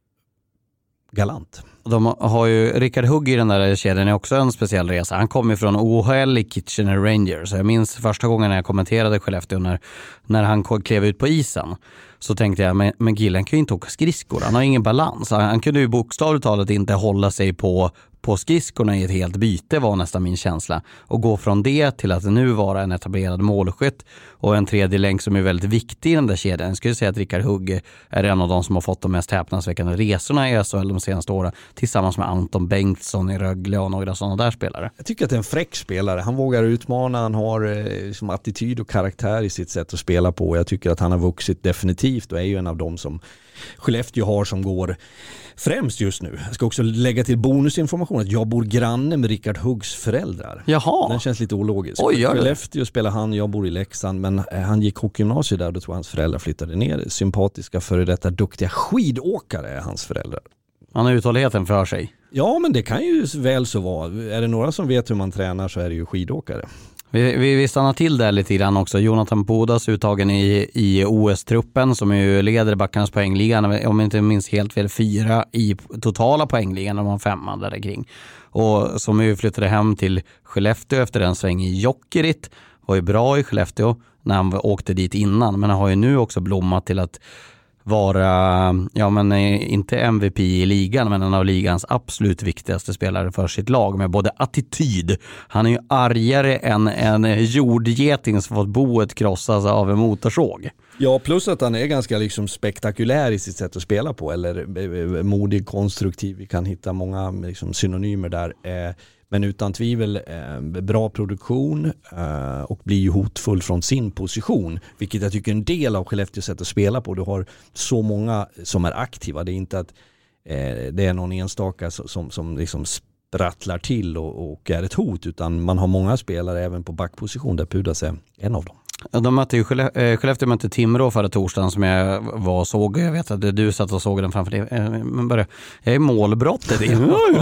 galant. De har ju, Rickard Hugg i den där kedjan är också en speciell resa. Han kommer från O H L i Kitchener Rangers. Jag minns första gången när jag kommenterade Skellefteå när, när han klev ut på isen. Så tänkte jag, men, men Gillen kan ju inte åka skridskor. Han har ingen balans. Han, han kunde ju bokstavligt talat inte hålla sig på, på skridskorna i ett helt byte, var nästan min känsla. Och gå från det till att nu vara en etablerad målskytt och en tredje länk som är väldigt viktig i den där kedjan. Jag skulle säga att Rickard Hugg är en av de som har fått de mest häpnadsväckande resorna i S H L de senaste åren, tillsammans med Anton Bengtsson i Rögle och några sådana där spelare. Jag tycker att det är en fräck spelare. Han vågar utmana, han har eh, liksom attityd och karaktär i sitt sätt att spela på. Jag tycker att han har vuxit definitivt och är ju en av dem som Skellefteå har som går främst just nu. Jag ska också lägga till bonusinformation att jag bor granne med Rickard Huggs föräldrar. Jaha. Den känns lite ologisk. Oj, gör det. Skellefteå spelar han, jag bor i Leksand, men han gick hockeygymnasiet där och då tror jag hans föräldrar flyttade ner. Sympatiska före detta duktiga skidåkare är hans föräldrar. Han har uthålligheten för sig. Ja, men det kan ju väl så vara. Är det några som vet hur man tränar så är det ju skidåkare. Vi, vi, vi stannar till där lite grann också. Jonathan Bodas uttagen i, i O S-truppen som ju leder backarnas poängligan. Om jag inte minns helt fel, fyra i totala poängligan och man femma där kring. Och som ju flyttade hem till Skellefteå efter en sväng i Jokerit. Var ju bra i Skellefteå när han åkte dit innan. Men han har ju nu också blommat till att vara, ja men inte M V P i ligan, men en av ligans absolut viktigaste spelare för sitt lag med både attityd. Han är ju argare än en jordgeting som fått boet krossas av en motorsåg. Ja, plus att han är ganska liksom spektakulär i sitt sätt att spela på, eller modig, konstruktiv. Vi kan hitta många liksom synonymer där. Men utan tvivel bra produktion och blir ju hotfull från sin position, vilket jag tycker är en del av Skellefteås sätt att spela på. Du har så många som är aktiva. Det är inte att det är någon enstaka som, som liksom sprattlar till och, och är ett hot, utan man har många spelare även på backposition där Pudas är en av dem. De mötte ju Skellefteå mötte Timrå förra torsdagen som jag var och såg. Jag vet att du satt och såg den framför dig. Men bara, jag är målbrott i det.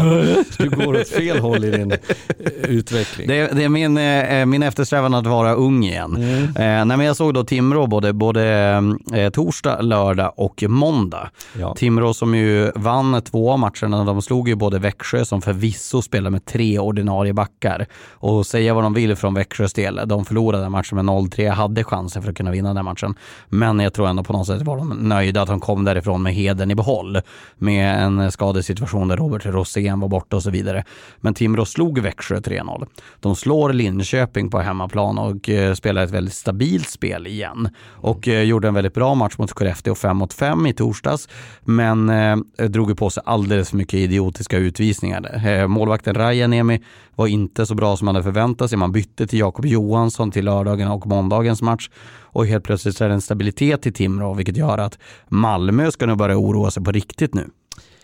Du går åt fel håll i din utveckling. Det är, det är min, min eftersträvan att vara ung igen. Mm. Eh, när jag såg då Timrå både, både eh, torsdag, lördag och måndag. Ja. Timrå som ju vann två matcherna. De slog ju både Växjö som förvisso spelar med tre ordinarie backar. Och säga vad de vill från Växjös del. De förlorade matchen med noll tre. Hade chansen för att kunna vinna den matchen. Men jag tror ändå på något sätt var de nöjda att de kom därifrån med heden i behåll. Med en skadesituation där Robert Rosén var borta och så vidare. Men Timrå slog Växjö tre noll. De slår Linköping på hemmaplan och eh, spelar ett väldigt stabilt spel igen. Och eh, gjorde en väldigt bra match mot Skellefteå fem mot fem i torsdags. Men eh, drog på sig alldeles för mycket idiotiska utvisningar. Eh, målvakten Rajaniemi var inte så bra som man hade förväntat sig. Man bytte till Jakob Johansson till lördagen och måndagens match. Och helt plötsligt är det en stabilitet i Timrå, vilket gör att Malmö ska nog börja oroa sig på riktigt nu.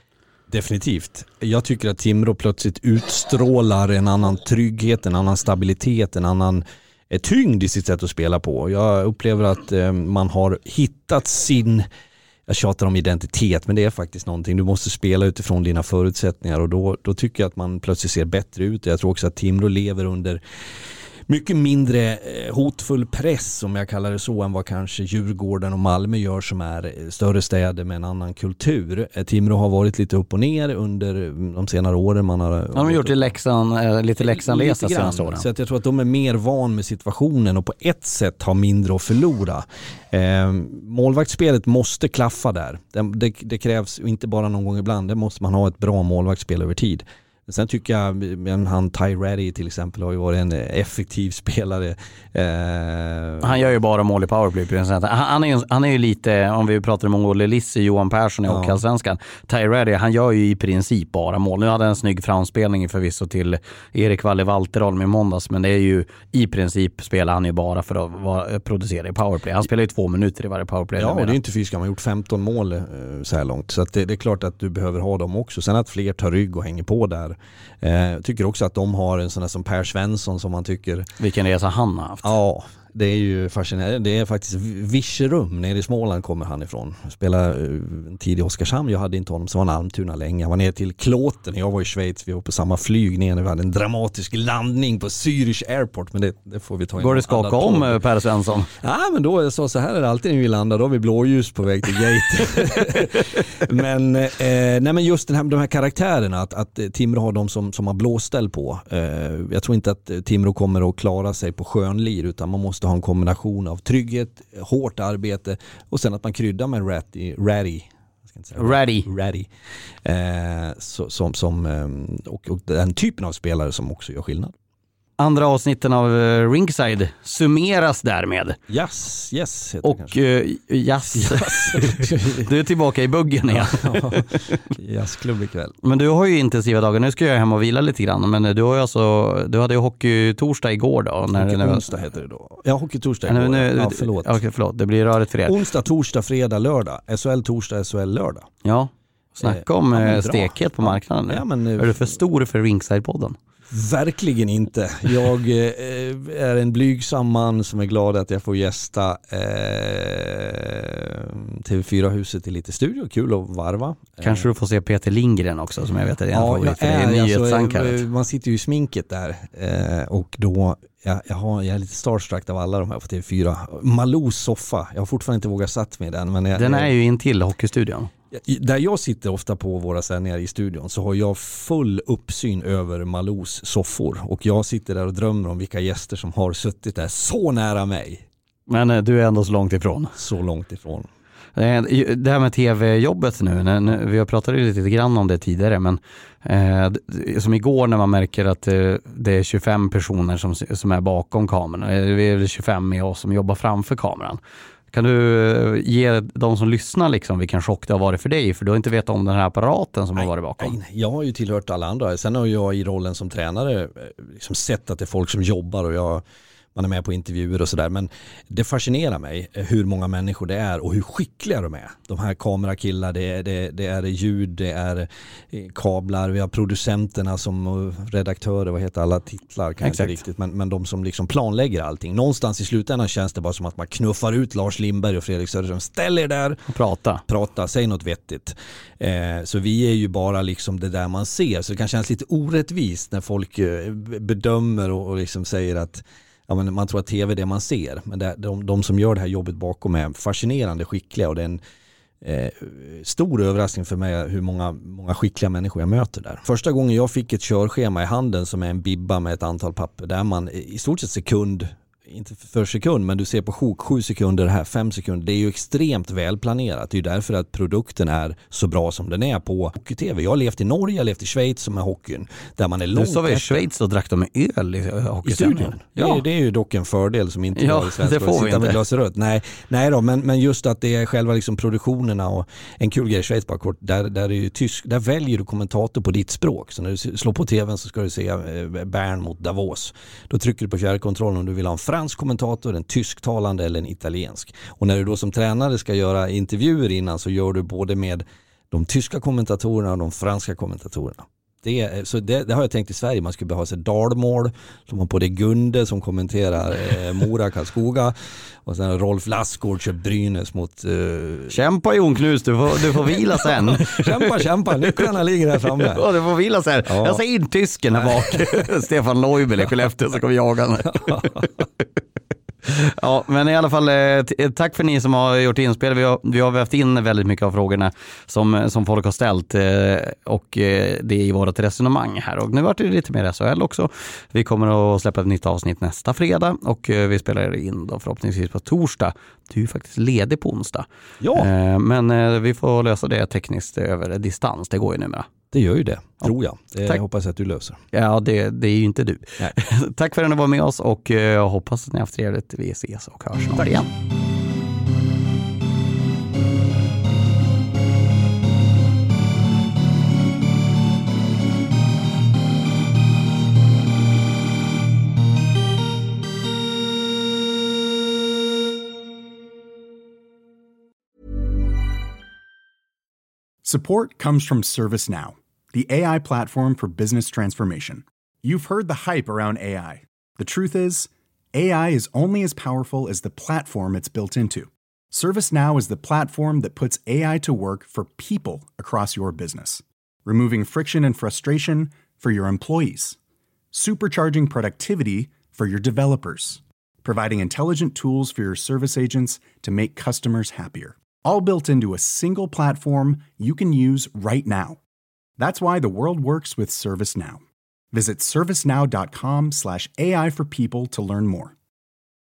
Definitivt. Jag tycker att Timrå plötsligt utstrålar en annan trygghet, en annan stabilitet, en annan tyngd i sitt sätt att spela på. Jag upplever att eh, man har hittat sin... Jag tjatar om identitet, men det är faktiskt någonting. Du måste spela utifrån dina förutsättningar och då, då tycker jag att man plötsligt ser bättre ut. Jag tror också att Timrå lever under mycket mindre hotfull press, om jag kallar det så, än vad kanske Djurgården och Malmö gör som är större städer med en annan kultur. Timrå har varit lite upp och ner under de senare åren. Man har, de har gjort läxan, lite läxanläsa senaste åren. Så att jag tror att de är mer van med situationen och på ett sätt har mindre att förlora. Eh, målvaktsspelet måste klaffa där. Det, det, det krävs inte bara någon gång ibland. Det måste man ha ett bra målvaktsspel över tid. Sen tycker jag han Ty Ratty till exempel har ju varit en effektiv spelare. Eh... Han gör ju bara mål i powerplay. Han, han, är ju, han är ju lite, om vi pratar om Olle Lissi, Johan Persson i Hockeyallsvenskan. Ty Ratty, han gör ju i princip bara mål. Nu hade han en snygg framspelning förvisso till Erik Valle Walterholm i måndags, men det är ju i princip spelar han ju bara för att vara, producera i powerplay. Han spelar ju två minuter i varje powerplay. Ja, och det är inte fysiskt. Han har gjort femton mål eh, så här långt. Så att det, det är klart att du behöver ha dem också. Sen att fler tar rygg och hänger på där. Eh, tycker också att de har en sån där som Per Svensson som man tycker... Vilken resa han har haft. Ja, det är ju fascinerande. Det är faktiskt Virserum nere i Småland kommer han ifrån. Spelade en tid i Oskarshamn. Jag hade inte honom som var en Almtuna länge. Jag var ner till Klåten. Jag var i Schweiz. Vi var på samma flyg ner. Vi hade en dramatisk landning på Zürich Airport. Men det, det får vi ta in. Går det skaka om Per Svensson? Ja, men då så, så här är det alltid när vi landar. Då har vi blåljus på väg till gate. men, eh, nej, men just den här, de här karaktärerna. Att, att Timrå har de som, som har blåställ på. Eh, jag tror inte att Timrå kommer att klara sig på skönlir. Utan man måste ha en kombination av trygghet, hårt arbete och sen att man kryddar med ratty, ratty, ratty. ratty. Eh, så, som, som, och, och den typen av spelare som också gör skillnad. Andra avsnitten av uh, Ringside summeras därmed. Yes, yes. Och uh, yes. yes. Du är tillbaka i buggen igen. Jazzklubb ikväll. Men du har ju intensiva dagar. Nu ska jag hem och vila lite grann. Men du har ju alltså, du hade ju hockey torsdag igår då. När, hockey när onsdag heter det då. Ja, hockey torsdag igår. Nu, nu, ja, förlåt. Okay, förlåt. Det blir rörigt för er. Onsdag, torsdag, fredag, lördag. S H L torsdag, S H L lördag. Ja, snacka om ja, stekhet på marknaden. Ja, men, är du för stor för Ringside-podden? Verkligen inte. Jag eh, är en blygsam man som är glad att jag får gästa eh, T V fyra-huset i lite studio. Kul att varva. Kanske du får se Peter Lindgren också som jag vet är en ja, favorit för dig. Alltså, man sitter ju i sminket där eh, och då jag, jag, har, jag är lite starstruck av alla de här på T V fyra. Malous soffa. Jag har fortfarande inte vågat satt med den. Men jag, den är ju in till hockeystudion. Där jag sitter ofta på våra sändningar i studion så har jag full uppsyn över Malous soffor och jag sitter där och drömmer om vilka gäster som har suttit där så nära mig. Men du är ändå så långt ifrån. Så långt ifrån. Det här med tv-jobbet nu, vi har pratat lite grann om det tidigare, men eh, som igår när man märker att eh, det är tjugofem personer som, som är bakom kameran, det är tjugofem med oss som jobbar framför kameran. Kan du ge de som lyssnar liksom vilken chock det har varit för dig? För du har inte vetat om den här apparaten som nej, har varit bakom. Nej, jag har ju tillhört alla andra. Sen har jag i rollen som tränare liksom sett att det är folk som jobbar och jag, man är med på intervjuer och sådär. Men det fascinerar mig hur många människor det är och hur skickliga de är. De här kamerakillar, det är, det, det är ljud, det är kablar. Vi har producenterna som redaktörer, vad heter alla titlar? Kan inte riktigt, men, men de som liksom planlägger allting. Någonstans i slutändan känns det bara som att man knuffar ut Lars Lindberg och Fredrik Söderström. Ställ er där och prata. Prata, säg något vettigt. Eh, så vi är ju bara liksom det där man ser. Så det kan kännas lite orättvist när folk eh, bedömer och, och liksom säger att ja, men man tror att tv är det man ser. Men det, de, de som gör det här jobbet bakom är fascinerande skickliga och det är en eh, stor överraskning för mig hur många, många skickliga människor jag möter där. Första gången jag fick ett körschema i handen som är en bibba med ett antal papper där man i stort sett sekund, inte för sekund, men du ser på sjok, sju sekunder här, fem sekunder. Det är ju extremt välplanerat. Det är ju därför att produkten är så bra som den är på hockey-tv. Jag har levt i Norge, jag har levt i Schweiz som är hockeyn. Där man är långt efter. Du sa vi i Schweiz och drack de med öl i hockeystudion. Ja. Det, är, det är ju dock en fördel som inte ja, var i svenska. Det får vi inte. Glas rött. Nej, nej då, men, men just att det är själva liksom produktionerna och en kul grej i Schweiz bara kort, där, där, är ju tysk, där väljer du kommentator på ditt språk. Så när du slår på tvn så ska du se Bern mot Davos. Då trycker du på fjärrkontrollen om du vill ha en fransk kommentator, en tysktalande eller en italiensk. Och när du då som tränare ska göra intervjuer innan så gör du både med de tyska kommentatorerna och de franska kommentatorerna. Det, är, så det, det har jag tänkt i Sverige. Man skulle behöva sig dalmål som har på det Gunde som kommenterar eh, Mora Karlskoga och sen Rolf Lassgård kör Brynäs mot eh... kämpa Jon Knus, du får, du får vila sen. kämpa, kämpa, nycklarna ligger där framme. Ja, du får vila sen. Ja. Jag säger in tysken här bak. Stefan Leubel i Skellefteå så kommer jaga mig. Ja, men i alla fall t- tack för ni som har gjort inspel. Vi har, vi har haft in väldigt mycket av frågorna som, som folk har ställt eh, och eh, det är i vårt resonemang här. Och nu vart det lite mer S H L också. Vi kommer att släppa ett nytt avsnitt nästa fredag och eh, vi spelar in då förhoppningsvis på torsdag. Du är ju faktiskt ledig på onsdag. Ja. Eh, men eh, vi får lösa det tekniskt över distans. Det går ju numera. Det gör ju det, tror jag. Det Tack. hoppas jag att du löser. Ja, det, det är ju inte du. Nej. Tack för att ni var med oss och jag hoppas att ni har haft trevligt. Vi ses och hörs snart igen. Support comes from ServiceNow, the A I platform for business transformation. You've heard the hype around A I. The truth is, A I is only as powerful as the platform it's built into. ServiceNow is the platform that puts A I to work for people across your business, removing friction and frustration for your employees, supercharging productivity for your developers, providing intelligent tools for your service agents to make customers happier, all built into a single platform you can use right now. That's why the world works with ServiceNow. Visit servicenow.com slash AI for people to learn more.